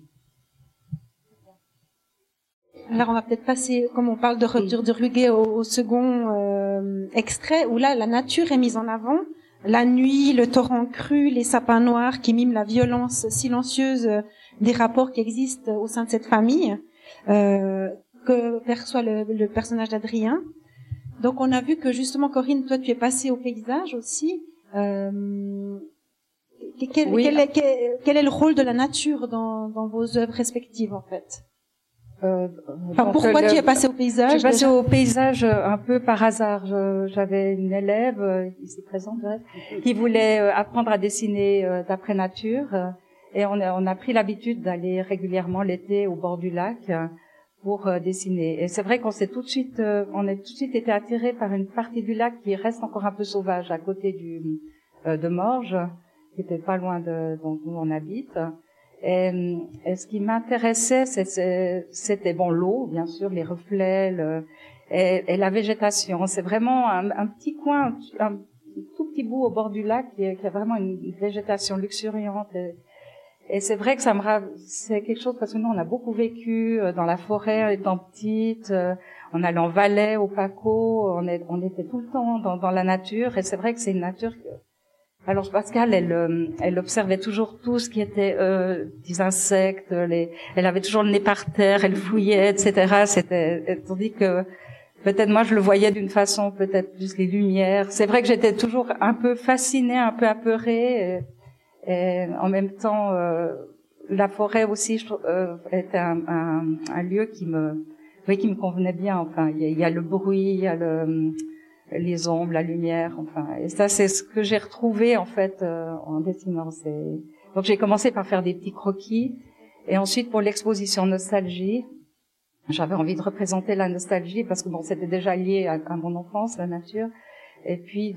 C: Alors on va peut-être passer, comme on parle de Retour d'Uruguay, au second extrait, où là la nature est mise en avant, la nuit, le torrent cru, les sapins noirs qui miment la violence silencieuse des rapports qui existent au sein de cette famille, que perçoit le personnage d'Adrien. Donc on a vu que justement, Corinne, toi tu es passée au paysage aussi. Quel est le rôle de la nature dans vos œuvres respectives en fait? Pourquoi tu es passée au paysage?
F: Je suis passée au paysage un peu par hasard. J'avais une élève ici présente qui voulait apprendre à dessiner d'après nature, et on a pris l'habitude d'aller régulièrement l'été au bord du lac pour dessiner. Et c'est vrai qu'on a tout de suite été attirés par une partie du lac qui reste encore un peu sauvage à côté de Morges, qui était pas loin où on habite. Et ce qui m'intéressait, c'était l'eau, bien sûr, les reflets, et la végétation. C'est vraiment un petit coin, un tout petit bout au bord du lac qui a vraiment une végétation luxuriante. Et c'est vrai que c'est quelque chose, parce que nous, on a beaucoup vécu dans la forêt étant petite, on allait en Valais, au Paco, on était tout le temps dans la nature, et c'est vrai que c'est une nature alors Pascal, elle observait toujours tout ce qui était des insectes, elle avait toujours le nez par terre, elle fouillait, etc. Tandis que peut-être moi je le voyais d'une façon peut-être plus les lumières. C'est vrai que j'étais toujours un peu fascinée, un peu apeurée, et en même temps la forêt aussi était un lieu qui me convenait bien. Enfin, il y a le bruit, il y a les ombres, la lumière, enfin, et ça c'est ce que j'ai retrouvé en fait en dessinant. Donc j'ai commencé par faire des petits croquis, et ensuite pour l'exposition Nostalgie, j'avais envie de représenter la nostalgie parce que c'était déjà lié à mon enfance, la nature, et puis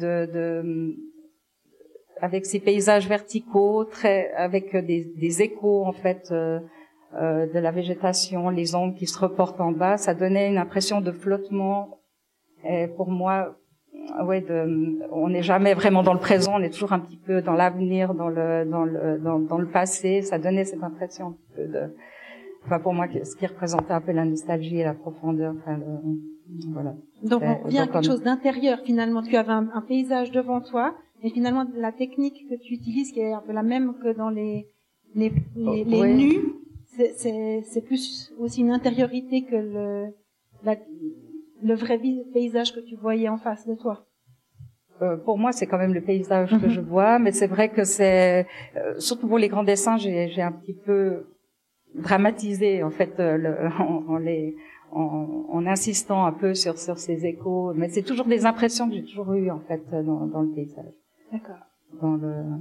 F: avec ces paysages verticaux, avec des échos en fait de la végétation, les ombres qui se reportent en bas, ça donnait une impression de flottement. Et pour moi, on n'est jamais vraiment dans le présent, on est toujours un petit peu dans l'avenir, dans le passé. Ça donnait cette impression un petit peu pour moi, ce qui représentait un peu la nostalgie et la profondeur. Voilà.
C: Donc on revient à quelque chose d'intérieur finalement. Tu avais un paysage devant toi, et finalement la technique que tu utilises, qui est un peu la même que dans les nus, c'est plus aussi une intériorité que le vrai paysage que tu voyais en face de toi.
F: Pour moi, c'est quand même le paysage que je vois, mais c'est vrai que c'est surtout pour les grands dessins, j'ai un petit peu dramatisé en fait en insistant un peu sur ces échos, mais c'est toujours des impressions que j'ai toujours eues en fait dans le paysage.
C: D'accord.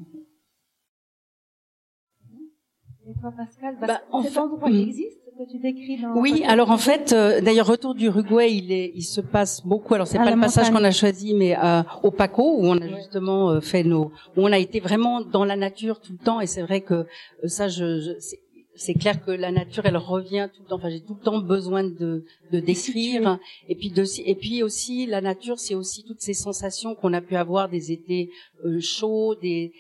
C: Et toi, Pascal, cet endroit il existe, que tu décris dans...
E: Oui, alors en fait, d'ailleurs, Retour du Uruguay, il se passe beaucoup. Alors c'est pas le passage qu'on a choisi, mais au Paco, où on a justement fait où on a été vraiment dans la nature tout le temps. Et c'est vrai que ça, c'est clair que la nature, elle revient tout le temps. Enfin, j'ai tout le temps besoin de décrire. Et puis aussi, la nature, c'est aussi toutes ces sensations qu'on a pu avoir des étés chauds,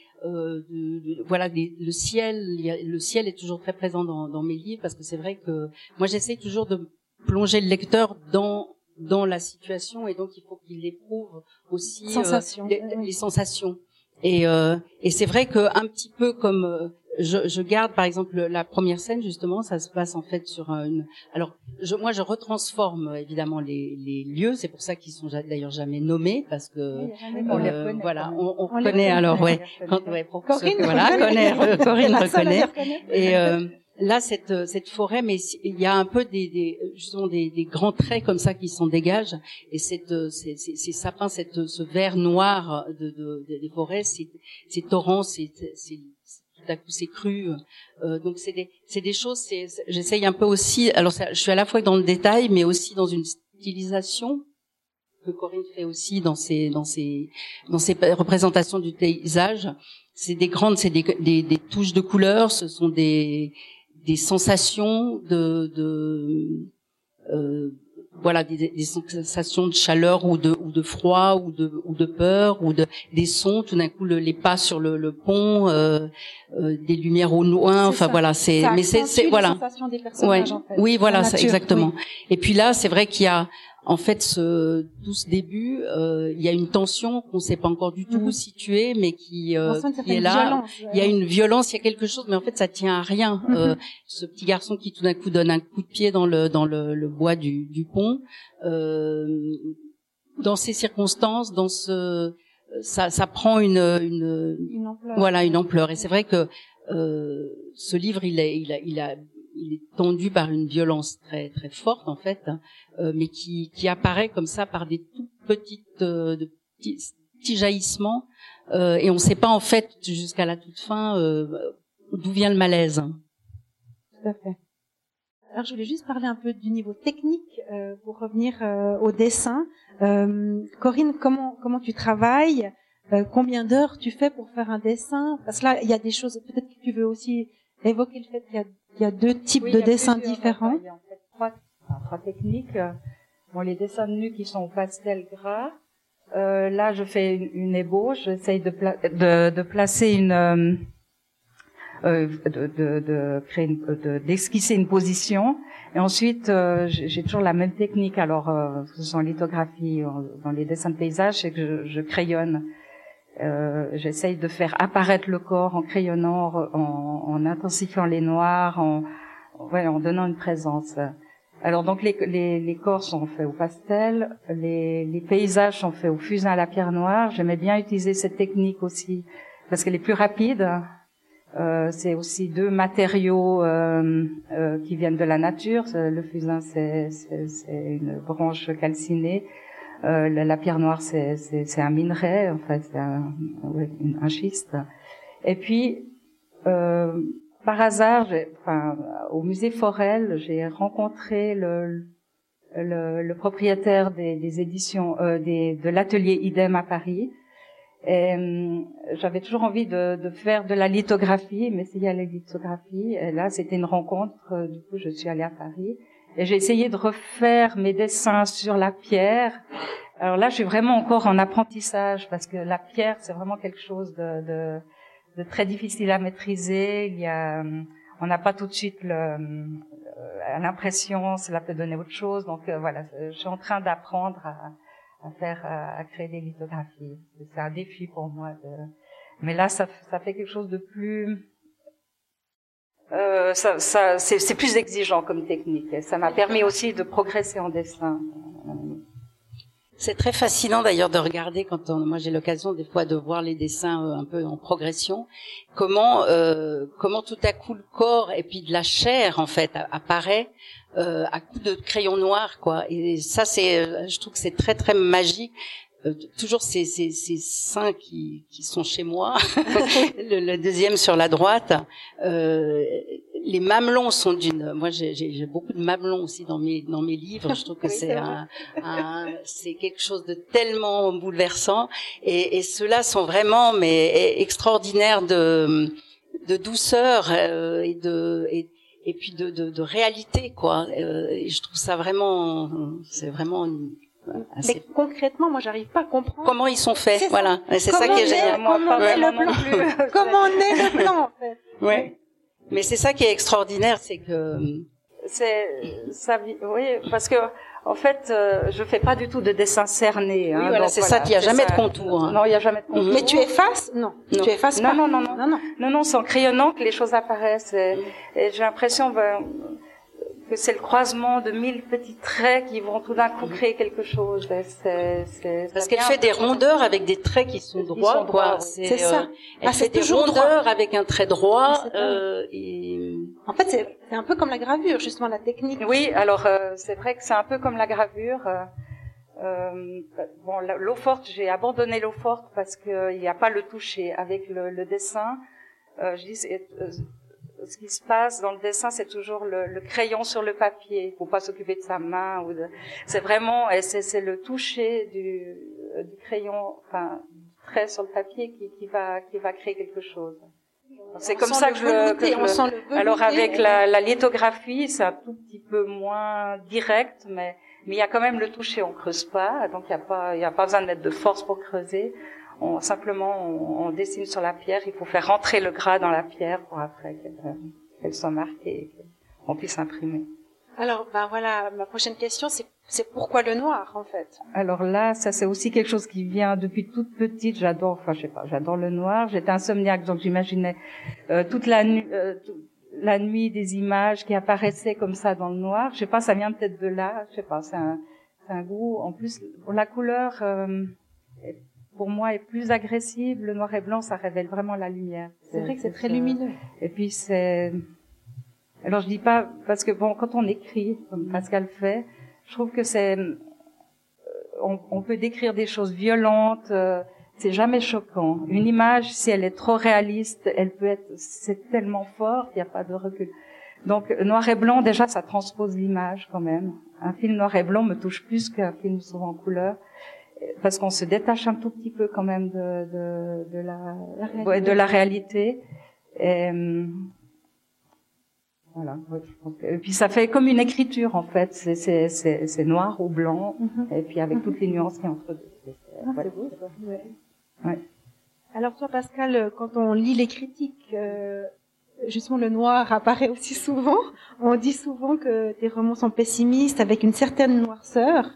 E: le ciel est toujours très présent dans mes livres, parce que c'est vrai que moi j'essaie toujours de plonger le lecteur dans la situation, et donc il faut qu'il éprouve aussi les sensations. Et c'est vrai que un petit peu comme je garde par exemple la première scène, justement, ça se passe en fait sur alors moi je retransforme évidemment les lieux, c'est pour ça qu'ils sont d'ailleurs jamais nommés, parce que
F: on les reconnaît,
E: voilà, on reconnaît, alors
C: Corinne
E: Corinne reconnaît. Et là cette forêt, mais il y a un peu justement des grands traits comme ça qui s'en dégagent, et ces sapins, ce vert noir des forêts, ces torrents, tout à coup c'est cru, donc c'est des choses, j'essaye un peu aussi, alors je suis à la fois dans le détail mais aussi dans une stylisation que Corinne fait aussi dans ses représentations du paysage. C'est des touches de couleurs, ce sont des sensations voilà, des sensations de chaleur ou de froid ou de peur des sons, tout d'un coup les pas sur le pont, des lumières au loin, enfin voilà,
C: c'est voilà.
E: Des personnages, en fait, oui, voilà, c'est exactement. Et puis là, c'est vrai qu'il y a en fait, tout ce début, il y a une tension qu'on ne sait pas encore du tout où situer, mais qui est là.
C: Violence,
E: il y a une violence, il y a quelque chose, mais en fait, ça tient à rien. Ce petit garçon qui tout d'un coup donne un coup de pied dans le bois du pont, dans ces circonstances, ça prend une
C: ampleur.
E: Voilà, une ampleur. Et c'est vrai que ce livre, il est tendu par une violence très très forte en fait, mais qui apparaît comme ça par des tout petits jaillissements, et on ne sait pas en fait jusqu'à la toute fin d'où vient le malaise.
C: Tout à fait. Alors je voulais juste parler un peu du niveau technique pour revenir au dessin. Corinne, comment tu travailles? Combien d'heures tu fais pour faire un dessin? Parce que là, il y a des choses. Peut-être que tu veux aussi évoquer le fait qu'il y a deux types de dessins différents.
D: Il y a en fait trois techniques. Bon, les dessins de nu qui sont au pastel gras. Là, je fais une ébauche. J'essaye de placer d'esquisser une position. Et ensuite, j'ai toujours la même technique. Alors, ce sont en lithographie, dans les dessins de paysage, c'est que je crayonne. J'essaye de faire apparaître le corps en crayonnant, en intensifiant les noirs, en donnant une présence. Alors donc les corps sont faits au pastel, les paysages sont faits au fusain à la pierre noire. J'aimais bien utiliser cette technique aussi parce qu'elle est plus rapide. C'est aussi deux matériaux qui viennent de la nature. Le fusain c'est une branche calcinée. La pierre noire, c'est un minerai, en fait, c'est un schiste. Et puis, par hasard, au musée Forel, j'ai rencontré le propriétaire des éditions, de l'atelier Idem à Paris. Et j'avais toujours envie de faire de la lithographie, mais s'il y a la lithographie, et là, c'était une rencontre. Du coup, je suis allée à Paris. Et j'ai essayé de refaire mes dessins sur la pierre. Alors là, je suis vraiment encore en apprentissage parce que la pierre, c'est vraiment quelque chose de très difficile à maîtriser. On n'a pas tout de suite l'impression, cela peut donner autre chose. Donc voilà, je suis en train d'apprendre à créer des lithographies. C'est un défi pour moi. Mais là, ça fait quelque chose de plus. C'est plus exigeant comme technique. Et ça m'a permis aussi de progresser en dessin.
E: C'est très fascinant d'ailleurs de regarder moi j'ai l'occasion des fois de voir les dessins un peu en progression, comment tout à coup le corps et puis de la chair en fait apparaît à coups de crayon noir quoi. Et ça je trouve que c'est très très magique. Toujours ces seins qui sont chez moi, le deuxième sur la droite. Les mamelons sont moi j'ai beaucoup de mamelons aussi dans mes livres. Je trouve que c'est quelque chose de tellement bouleversant. Et ceux-là sont vraiment extraordinaires de douceur et puis de réalité quoi. Et je trouve ça vraiment, c'est vraiment.
C: Mais concrètement, moi, j'arrive pas à comprendre
E: comment ils sont faits. Voilà, c'est ça qui est génial.
C: Comment est le plan, en fait.
E: Ouais. Mais c'est ça qui est extraordinaire, c'est que
D: oui, parce que en fait, je fais pas du tout de dessin cerné.
E: Oui, voilà, c'est ça. Il y a jamais de contour.
D: Non, il y a jamais de contour.
C: Mais tu effaces? Non. Tu effaces pas?
D: Non, c'est en crayonnant que les choses apparaissent. Et j'ai l'impression que c'est le croisement de 1000 petits traits qui vont tout d'un coup créer quelque chose.
E: Parce qu'elle fait des rondeurs avec des traits qui sont droits, quoi.
C: C'est ça.
E: Elle fait des rondeurs avec un trait droit.
C: En fait, c'est un peu comme la gravure, justement, la technique.
D: Oui, alors c'est vrai que c'est un peu comme la gravure. Bon, l'eau forte, j'ai abandonné l'eau forte parce qu'il n'y a pas le toucher. Avec le dessin, je dis ce qui se passe dans le dessin, c'est toujours le crayon sur le papier. Il faut pas s'occuper de sa main c'est vraiment, et c'est le toucher du crayon, enfin, du trait sur le papier qui va créer quelque chose. C'est comme ça que alors avec la lithographie, c'est un tout petit peu moins direct, mais il y a quand même le toucher, on creuse pas, donc il y a pas besoin de mettre de force pour creuser. On dessine sur la pierre, il faut faire rentrer le gras dans la pierre pour après qu'elle soit marquée et qu'on puisse imprimer.
C: Alors, ben voilà, ma prochaine question, c'est pourquoi le noir, en fait?
F: Alors là, ça c'est aussi quelque chose qui vient depuis toute petite. J'adore, enfin je sais pas, j'adore le noir. J'étais insomniaque, donc j'imaginais toute la nuit des images qui apparaissaient comme ça dans le noir. Je sais pas, ça vient peut-être de là. Je sais pas, c'est un goût. En plus, la couleur, pour moi, est plus agressive. Le noir et blanc, ça révèle vraiment la lumière.
C: C'est vrai que c'est très lumineux.
F: Et puis alors je dis pas parce que bon, quand on écrit comme Pascal fait, je trouve que on peut décrire des choses violentes, c'est jamais choquant. Une image, si elle est trop réaliste, c'est tellement fort qu'il n'y a pas de recul. Donc noir et blanc, déjà, ça transpose l'image quand même. Un film noir et blanc me touche plus qu'un film souvent en couleur, parce qu'on se détache un tout petit peu quand même de la réalité. Et, voilà. Et puis ça fait comme une écriture en fait. C'est noir ou blanc, et puis avec toutes les nuances qu'il y a entre deux.
C: C'est beau.
F: Ouais.
C: Alors toi, Pascal, quand on lit les critiques, justement le noir apparaît aussi souvent. On dit souvent que tes romans sont pessimistes, avec une certaine noirceur.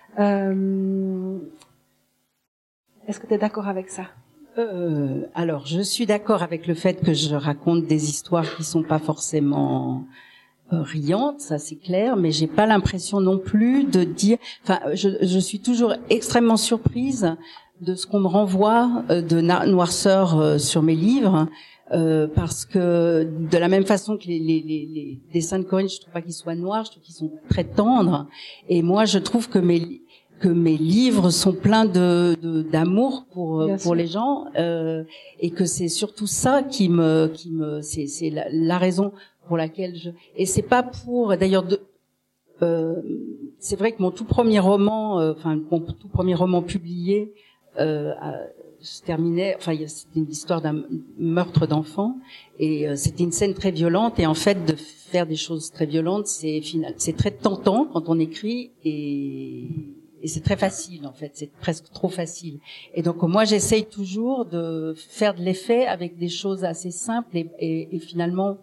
C: Est-ce que tu es d'accord avec ça?
E: Alors, je suis d'accord avec le fait que je raconte des histoires qui sont pas forcément riantes, ça c'est clair, mais j'ai pas l'impression non plus de dire. Enfin, je suis toujours extrêmement surprise de ce qu'on me renvoie de noirceur sur mes livres, parce que de la même façon que les dessins de Corinne, je trouve pas qu'ils soient noirs, je trouve qu'ils sont très tendres, et moi je trouve que mes livres sont pleins d'amour pour les gens, et que c'est surtout ça qui me c'est la raison pour laquelle et c'est pas pour d'ailleurs c'est vrai que mon tout premier roman publié se terminait, c'était une histoire d'un meurtre d'enfant, et c'était une scène très violente, et en fait de faire des choses très violentes, c'est très tentant quand on écrit, et c'est très facile en fait, c'est presque trop facile. Et donc moi j'essaye toujours de faire de l'effet avec des choses assez simples et finalement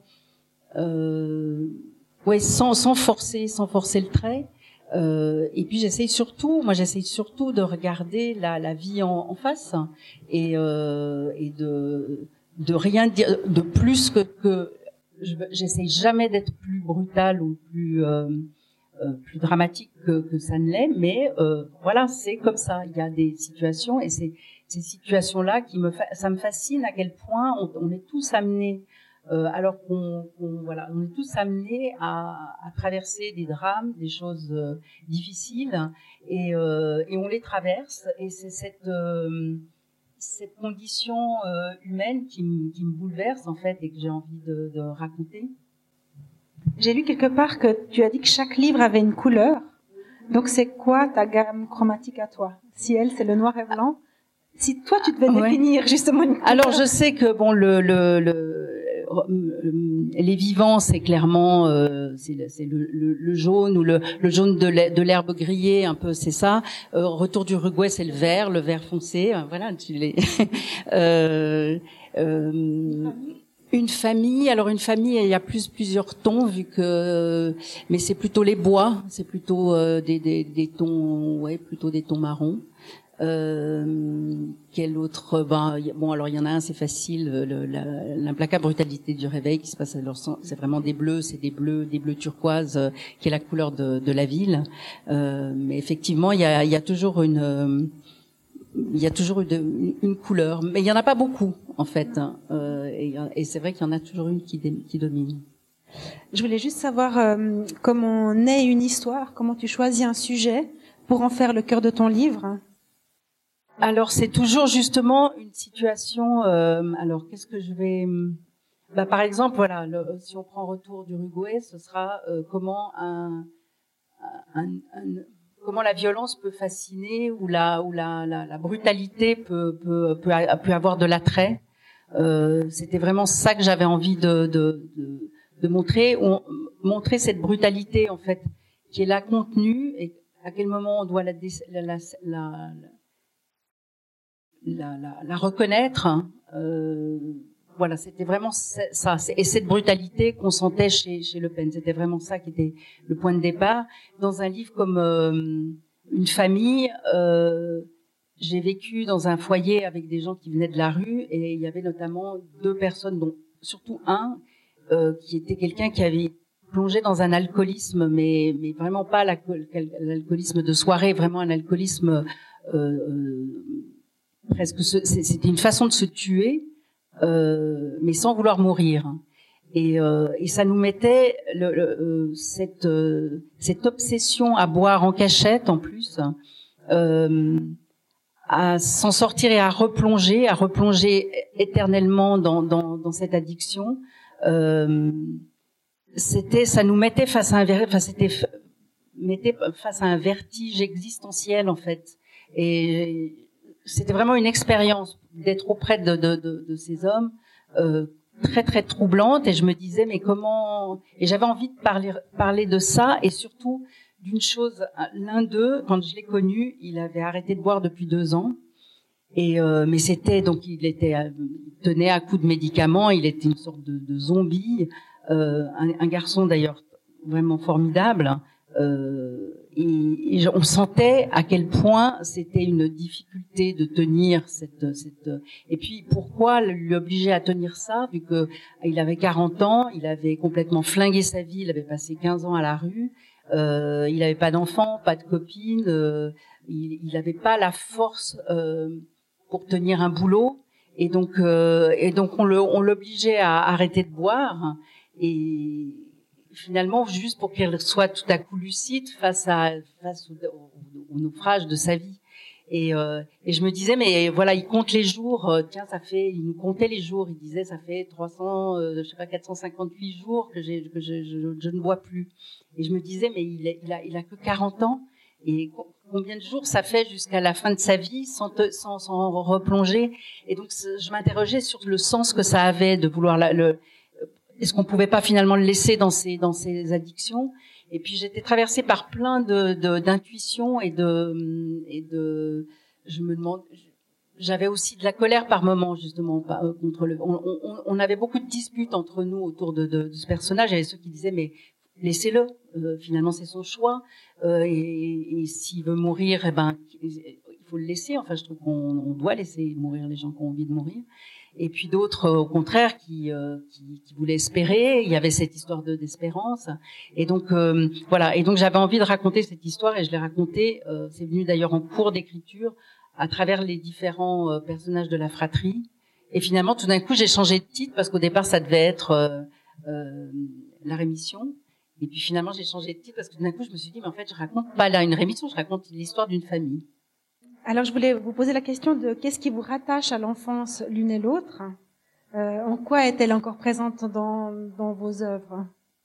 E: sans forcer le trait. Et puis j'essaye surtout de regarder la vie en face, et de rien dire de plus que j'essaye jamais d'être plus brutale ou plus dramatique que ça ne l'est, mais voilà, c'est comme ça. Il y a des situations, et ces situations-là ça me fascine à quel point on est tous amenés, alors on est tous amenés à traverser des drames, des choses difficiles, et on les traverse, et c'est cette condition humaine qui me bouleverse en fait, et que j'ai envie de raconter.
C: J'ai lu quelque part que tu as dit que chaque livre avait une couleur. Donc c'est quoi ta gamme chromatique à toi? Si elle, c'est le noir et blanc. Si toi, tu devais définir justement une couleur. Alors
E: je sais que bon, les vivants, c'est clairement c'est le jaune, ou le jaune de l'herbe grillée, un peu, c'est ça. Retour d'Uruguay, c'est le vert foncé. Voilà, tu les. Une famille, il y a plusieurs tons, mais c'est plutôt les bois, c'est plutôt des tons, plutôt des tons marrons. Quel autre? Alors il y en a un, c'est facile, l'implacable brutalité du réveil, qui se passe à leur sens. C'est vraiment des bleus, des bleus turquoises, qui est la couleur de la ville. Mais effectivement, il y a toujours une couleur, mais il y en a pas beaucoup en fait, et c'est vrai qu'il y en a toujours une qui domine.
C: Je voulais juste savoir comment naît une histoire, comment tu choisis un sujet pour en faire le cœur de ton livre.
E: Alors c'est toujours justement une situation. Alors qu'est-ce que je vais par exemple, voilà, si on prend Retour d'Uruguay, ce sera comment comment la violence peut fasciner, ou la brutalité peut avoir de l'attrait. C'était vraiment ça que j'avais envie de montrer, montrer cette brutalité en fait qui est là contenue, et à quel moment on doit la reconnaître. voilà, c'était vraiment ça. Et cette brutalité qu'on sentait chez Le Pen, c'était vraiment ça qui était le point de départ. Dans un livre comme Une famille, j'ai vécu dans un foyer avec des gens qui venaient de la rue, et il y avait notamment 2 personnes, dont surtout un qui était quelqu'un qui avait plongé dans un alcoolisme, mais vraiment pas l'alcoolisme de soirée, vraiment un alcoolisme presque. C'était une façon de se tuer, mais sans vouloir mourir. Et ça nous mettait cette obsession à boire en cachette en plus, à s'en sortir et à replonger éternellement dans cette addiction. Ça nous mettait face à un vertige existentiel en fait. Et c'était vraiment une expérience d'être auprès de ces hommes, très très troublante, et je me disais mais comment, et j'avais envie de parler de ça, et surtout d'une chose. L'un d'eux, quand je l'ai connu, il avait arrêté de boire depuis 2 ans, et mais c'était donc il tenait à coups de médicaments, il était une sorte de zombie, un garçon d'ailleurs vraiment formidable, et on sentait à quel point c'était une difficulté de tenir et puis pourquoi lui obliger à tenir ça, vu que il avait 40 ans, il avait complètement flingué sa vie, il avait passé 15 ans à la rue, il n'avait pas d'enfants, pas de copines, il n'avait pas la force pour tenir un boulot, et donc on l'obligeait à arrêter de boire, et finalement juste pour qu'elle soit tout à coup lucide face au naufrage de sa vie. Et je me disais mais voilà, il compte les jours, il nous comptait les jours, il disait ça fait 458 jours que je ne bois plus. Et je me disais mais il a que 40 ans, et combien de jours ça fait jusqu'à la fin de sa vie sans replonger. Et donc je m'interrogeais sur le sens que ça avait de vouloir est-ce qu'on pouvait pas finalement le laisser dans ses addictions. Et puis j'étais traversée par plein d'intuitions et de je me demande, j'avais aussi de la colère par moments justement contre on avait beaucoup de disputes entre nous autour de ce personnage. Il y avait ceux qui disaient mais laissez-le, finalement c'est son choix, et s'il veut mourir, eh ben il faut le laisser. Enfin je trouve qu'on doit laisser mourir les gens qui ont envie de mourir. Et puis d'autres, au contraire, qui voulaient espérer. Il y avait cette histoire d'espérance. Et donc voilà. Et donc j'avais envie de raconter cette histoire, et je l'ai racontée. C'est venu d'ailleurs en cours d'écriture à travers les différents personnages de la fratrie. Et finalement, tout d'un coup, j'ai changé de titre parce qu'au départ, ça devait être La Rémission. Et puis finalement, j'ai changé de titre parce que tout d'un coup, je me suis dit, mais en fait, je raconte pas là une rémission, je raconte l'histoire d'une famille.
C: Alors, je voulais vous poser la question de qu'est-ce qui vous rattache à l'enfance l'une et l'autre. En quoi est-elle encore présente dans vos œuvres?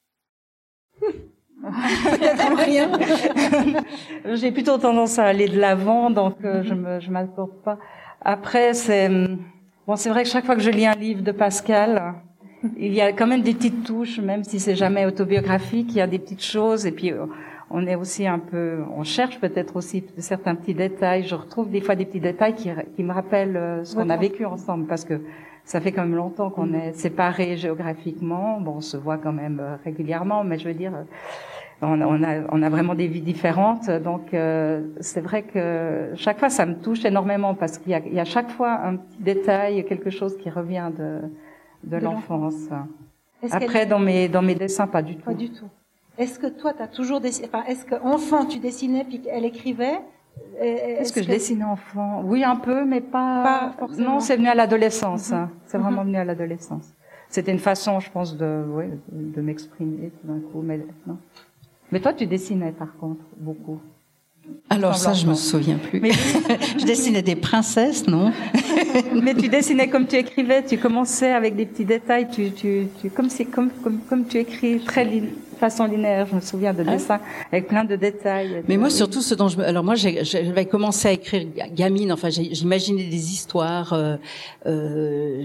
C: Peut-être rien.
F: J'ai plutôt tendance à aller de l'avant, donc je m'accorde pas. Après, c'est vrai que chaque fois que je lis un livre de Pascal, il y a quand même des petites touches, même si c'est jamais autobiographique, il y a des petites choses, et puis on est aussi on cherche peut-être aussi certains petits détails. Je retrouve des fois des petits détails qui me rappellent ce qu'on a vécu ensemble, parce que ça fait quand même longtemps qu'on est séparés géographiquement. Bon, on se voit quand même régulièrement, mais je veux dire, on a vraiment des vies différentes. Donc c'est vrai que chaque fois ça me touche énormément, parce qu'il y a chaque fois un petit détail, quelque chose qui revient de l'enfance. Après, dans mes dessins, pas du tout.
C: Pas du tout. Est-ce que toi, t'as toujours dessiné, est-ce que enfant tu dessinais puis qu'elle écrivait?
F: Est-ce que je dessinais enfant? Oui, un peu, mais pas forcément. Non, c'est venu à l'adolescence. C'est vraiment venu à l'adolescence. C'était une façon, je pense, de m'exprimer tout d'un coup. Mais non. Mais toi, tu dessinais par contre beaucoup.
E: Alors ça, je me souviens plus. Mais je dessinais des princesses, non?
F: Mais tu dessinais comme tu écrivais. Tu commençais avec des petits détails. Comme tu écris façon linéaire. Je me souviens de dessins avec plein de détails.
E: Mais moi, surtout ce dont j'avais commencé à écrire gamine. Enfin, j'imaginais des histoires.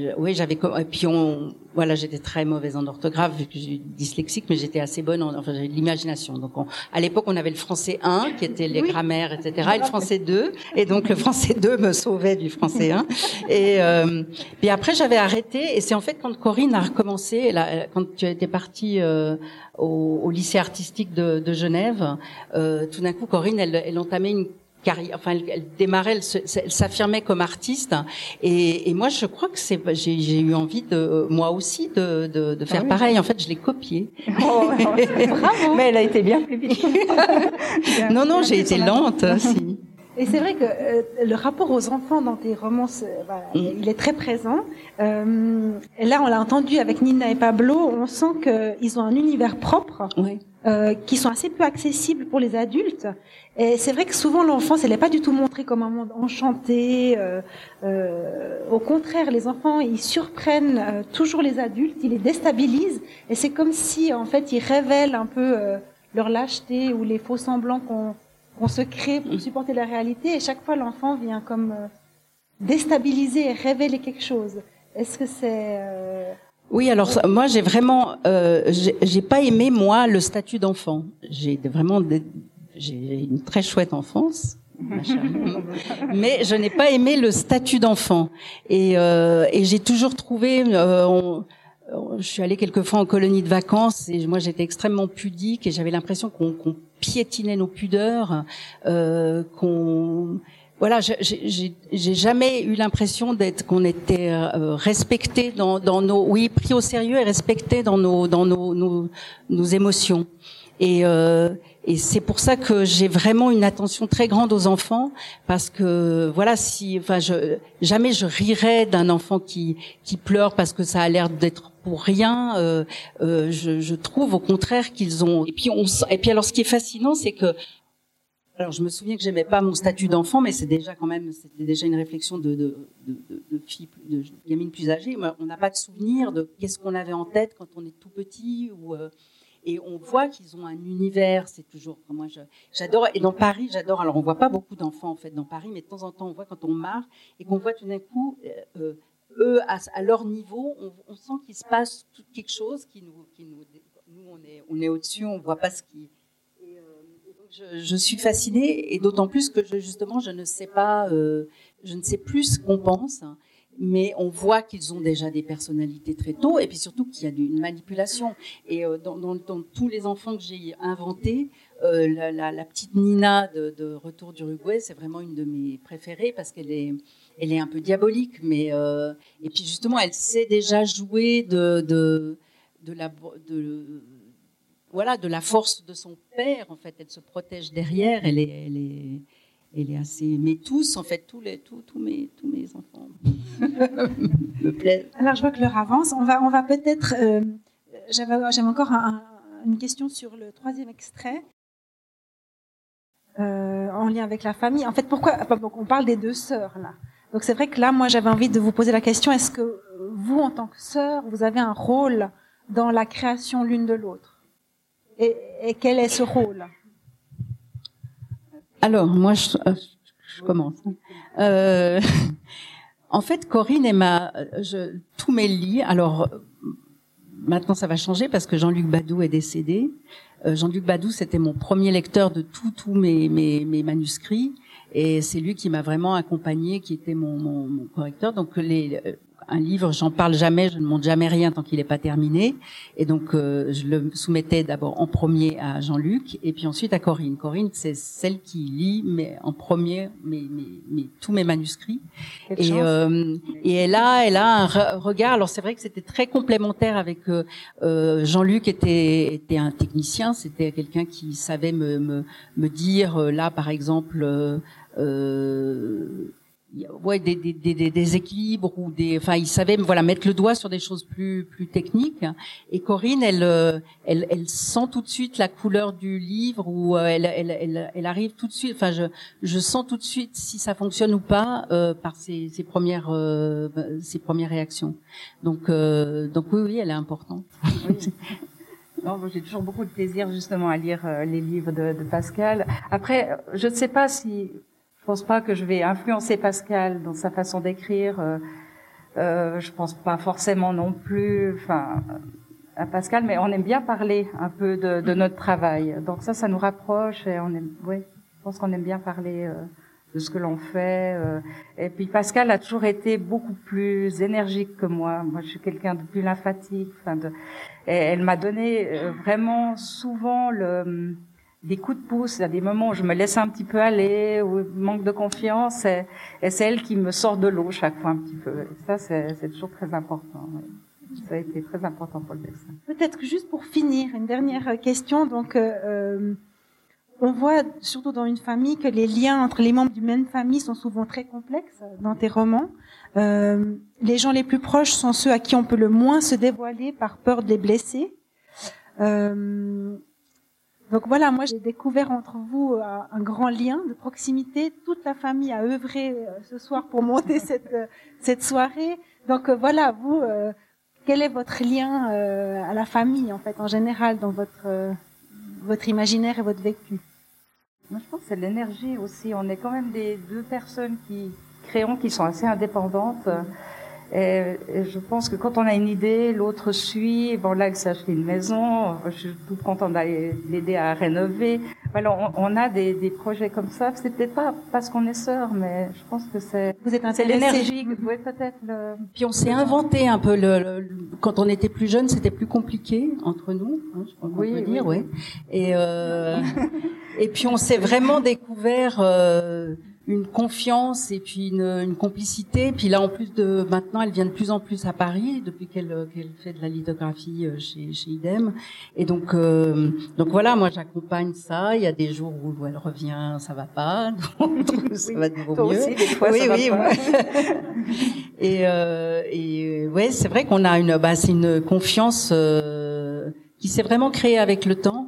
E: oui, et puis voilà, j'étais très mauvaise en orthographe vu que je suis dyslexique, mais j'étais assez bonne enfin, j'avais de l'imagination. Donc, à l'époque, on avait le français 1, qui était les grammaires, etc., et le français 2. Et donc, le français 2 me sauvait du français 1. Et, puis après, j'avais arrêté, et c'est en fait quand Corinne a recommencé, quand tu étais partie, au lycée artistique de Genève, tout d'un coup, Corinne, elle entamait une carrière, enfin, elle démarrait, elle s'affirmait comme artiste, et moi, je crois que j'ai eu envie moi aussi, de faire pareil. En fait, je l'ai copié.
F: Oh, bravo. Mais elle a été bien plus vite.
E: Non, j'ai été lente, si.
C: Et c'est vrai que le rapport aux enfants dans tes romances, il est très présent. Et là, on l'a entendu avec Nina et Pablo, on sent qu'ils ont un univers propre, qui sont assez peu accessibles pour les adultes. Et c'est vrai que souvent l'enfance, elle n'est pas du tout montrée comme un monde enchanté. Au contraire, les enfants, ils surprennent toujours les adultes, ils les déstabilisent. Et c'est comme si, en fait, ils révèlent un peu leur lâcheté ou les faux semblants qu'on se crée pour supporter la réalité, et chaque fois l'enfant vient comme déstabiliser et révéler quelque chose. Est-ce que c'est
E: Oui, alors moi j'ai vraiment j'ai pas aimé moi le statut d'enfant. J'ai une très chouette enfance, mais je n'ai pas aimé le statut d'enfant, et j'ai toujours trouvé je suis allée quelques fois en colonie de vacances, et moi j'étais extrêmement pudique, et j'avais l'impression qu'on piétinait nos pudeurs, voilà, j'ai jamais eu l'impression qu'on était respecté dans nos, pris au sérieux et respecté dans nos émotions. Et c'est pour ça que j'ai vraiment une attention très grande aux enfants, parce que voilà, jamais je rirais d'un enfant qui pleure parce que ça a l'air d'être pour rien. Je trouve au contraire qu'ils ont. Et puis alors ce qui est fascinant, c'est que, alors je me souviens que j'aimais pas mon statut d'enfant, mais c'était déjà une réflexion de fille, de gamine plus âgée. On n'a pas de souvenir de qu'est-ce qu'on avait en tête quand on est tout petit, et on voit qu'ils ont un univers. C'est toujours, moi j'adore. Et dans Paris, j'adore. Alors on voit pas beaucoup d'enfants en fait dans Paris, mais de temps en temps on voit quand on marche et qu'on voit tout d'un coup eux à leur niveau, on sent qu'il se passe quelque chose qui nous on est au-dessus, on voit pas ce qui. Et donc je suis fascinée, et d'autant plus que justement je ne sais plus ce qu'on pense. Mais on voit qu'ils ont déjà des personnalités très tôt, et puis surtout qu'il y a une manipulation. Et dans tous les enfants que j'ai inventés, la petite Nina de Retour d'Uruguay, c'est vraiment une de mes préférées, parce qu'elle est un peu diabolique, mais et puis justement elle sait déjà jouer de la force de son père. En fait, elle se protège derrière. Elle est assez, mais tous, en fait, tous mes enfants me plaisent.
C: Alors, je vois que l'heure avance. On va peut-être, j'avais encore une question sur le 3e extrait, en lien avec la famille. En fait, donc on parle des 2 sœurs, là. Donc, c'est vrai que là, moi, j'avais envie de vous poser la question, est-ce que vous, en tant que sœur, vous avez un rôle dans la création l'une de l'autre? Et quel est ce rôle?
E: Alors, moi, je commence. En fait, Corinne est tous mes livres. Alors, maintenant, ça va changer parce que Jean-Luc Badou est décédé. Jean-Luc Badou, c'était mon premier lecteur de tous mes manuscrits, et c'est lui qui m'a vraiment accompagnée, qui était mon correcteur. Donc, un livre, j'en parle jamais, je ne montre jamais rien tant qu'il n'est pas terminé. Et donc, je le soumettais d'abord en premier à Jean-Luc, et puis ensuite à Corinne. Corinne, c'est celle qui lit en premier tous mes manuscrits. Et elle a un regard. Alors c'est vrai que c'était très complémentaire avec Jean-Luc était un technicien, c'était quelqu'un qui savait me dire là par exemple des équilibres ou il savait mettre le doigt sur des choses plus techniques. Et Corinne, elle sent tout de suite la couleur du livre, ou elle arrive tout de suite. Enfin, je sens tout de suite si ça fonctionne ou pas par ses premières réactions. Donc oui, elle est importante.
F: Oui. Non, j'ai toujours beaucoup de plaisir justement à lire les livres de Pascal. Après, je ne sais pas si, je pense pas que je vais influencer Pascal dans sa façon d'écrire. Je pense pas forcément non plus, à Pascal, mais on aime bien parler un peu de notre travail. Donc ça nous rapproche et je pense qu'on aime bien parler de ce que l'on fait. Et puis Pascal a toujours été beaucoup plus énergique que moi. Moi, je suis quelqu'un de plus lymphatique. Et elle m'a donné vraiment souvent des coups de pouce à des moments où je me laisse un petit peu aller, où manque de confiance, et c'est elle qui me sort de l'eau chaque fois un petit peu. Et ça, c'est toujours très important. Oui. Ça a été très important pour le dessin.
C: Peut-être que juste pour finir, une dernière question. Donc, on voit, surtout dans une famille, que les liens entre les membres d'une même famille sont souvent très complexes dans tes romans. Les gens les plus proches sont ceux à qui on peut le moins se dévoiler par peur de les blesser. Donc voilà, moi j'ai découvert entre vous un grand lien de proximité. Toute la famille a œuvré ce soir pour monter cette soirée. Donc voilà, vous... quel est votre lien à la famille, en fait, en général, dans votre imaginaire et votre vécu?
F: Moi, je pense que c'est l'énergie aussi. On est quand même des deux personnes qui sont assez indépendantes. Et je pense que quand on a une idée, l'autre suit. Bon, là, il s'est acheté une maison. Je suis toute contente d'aller l'aider à rénover. Voilà, on a des projets comme ça. C'est peut-être pas parce qu'on est sœurs, mais je pense que c'est l'énergie. Oui, peut-être.
E: Puis on s'est inventé un peu quand on était plus jeune, c'était plus compliqué entre nous, hein, je crois qu'on peut dire, oui. Et puis on s'est vraiment découvert une confiance et puis une complicité. Puis là, en plus maintenant, elle vient de plus en plus à Paris depuis qu'elle fait de la lithographie chez Idem. Et donc voilà, moi j'accompagne ça. Il y a des jours où elle revient, ça va pas, d'autres ça va de nouveau
F: toi
E: mieux.
F: Aussi, des fois, ça va pas.
E: Et ouais, c'est vrai qu'on a c'est une confiance qui s'est vraiment créée avec le temps.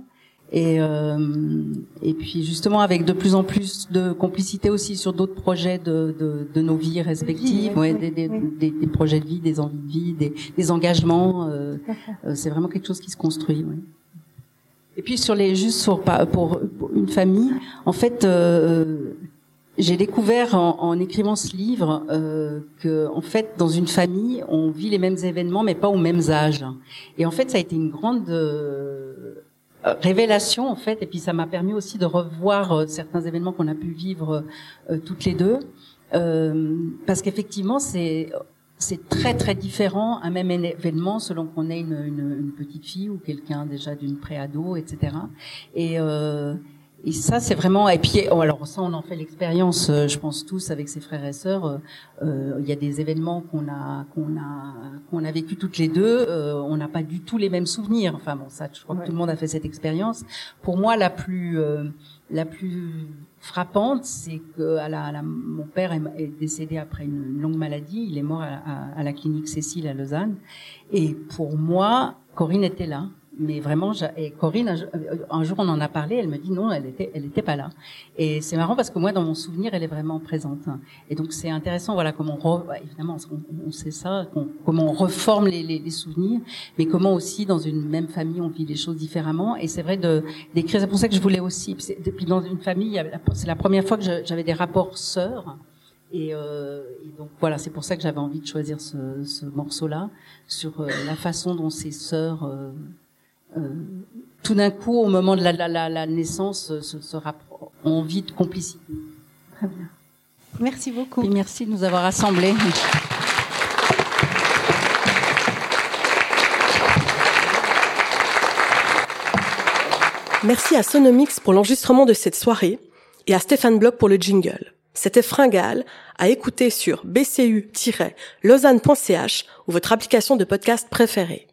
E: Et puis justement avec de plus en plus de complicité aussi sur d'autres projets de nos vies respectives, des projets de vie, des envies de vie, des engagements. C'est vraiment quelque chose qui se construit. Ouais. Et puis pour une famille, en fait, j'ai découvert en écrivant ce livre que en fait dans une famille on vit les mêmes événements mais pas aux mêmes âges. Et en fait ça a été une grande révélation en fait, et puis ça m'a permis aussi de revoir certains événements qu'on a pu vivre toutes les deux, parce qu'effectivement c'est très très différent un même événement selon qu'on ait une petite fille ou quelqu'un déjà d'une préado, etc. Et ça c'est vraiment, et puis alors ça on en fait l'expérience, je pense tous avec ses frères et sœurs. Il y a des événements qu'on a vécu toutes les deux, on n'a pas du tout les mêmes souvenirs. Enfin bon, ça je crois que tout le monde a fait cette expérience. Pour moi la plus frappante, c'est que mon père est décédé après une longue maladie. Il est mort à la clinique Cécile à Lausanne. Et pour moi, Corinne était là. Mais vraiment, et Corinne, un jour on en a parlé, elle me dit non, elle était pas là. Et c'est marrant parce que moi, dans mon souvenir, elle est vraiment présente. Et donc c'est intéressant, voilà, comment évidemment, on sait ça, comment on reforme les souvenirs, mais comment aussi dans une même famille on vit les choses différemment. Et c'est vrai d'écrire. C'est pour ça que je voulais aussi. Depuis dans une famille, c'est la première fois que j'avais des rapports sœurs. Et donc voilà, c'est pour ça que j'avais envie de choisir ce morceau-là sur la façon dont ces sœurs tout d'un coup, au moment de la naissance, ont envie de complicité.
C: Très bien. Merci beaucoup.
E: Et merci de nous avoir rassemblés.
A: Merci à Sonomix pour l'enregistrement de cette soirée et à Stéphane Bloch pour le jingle. C'était Fringale, à écouter sur bcu-lausanne.ch ou votre application de podcast préférée.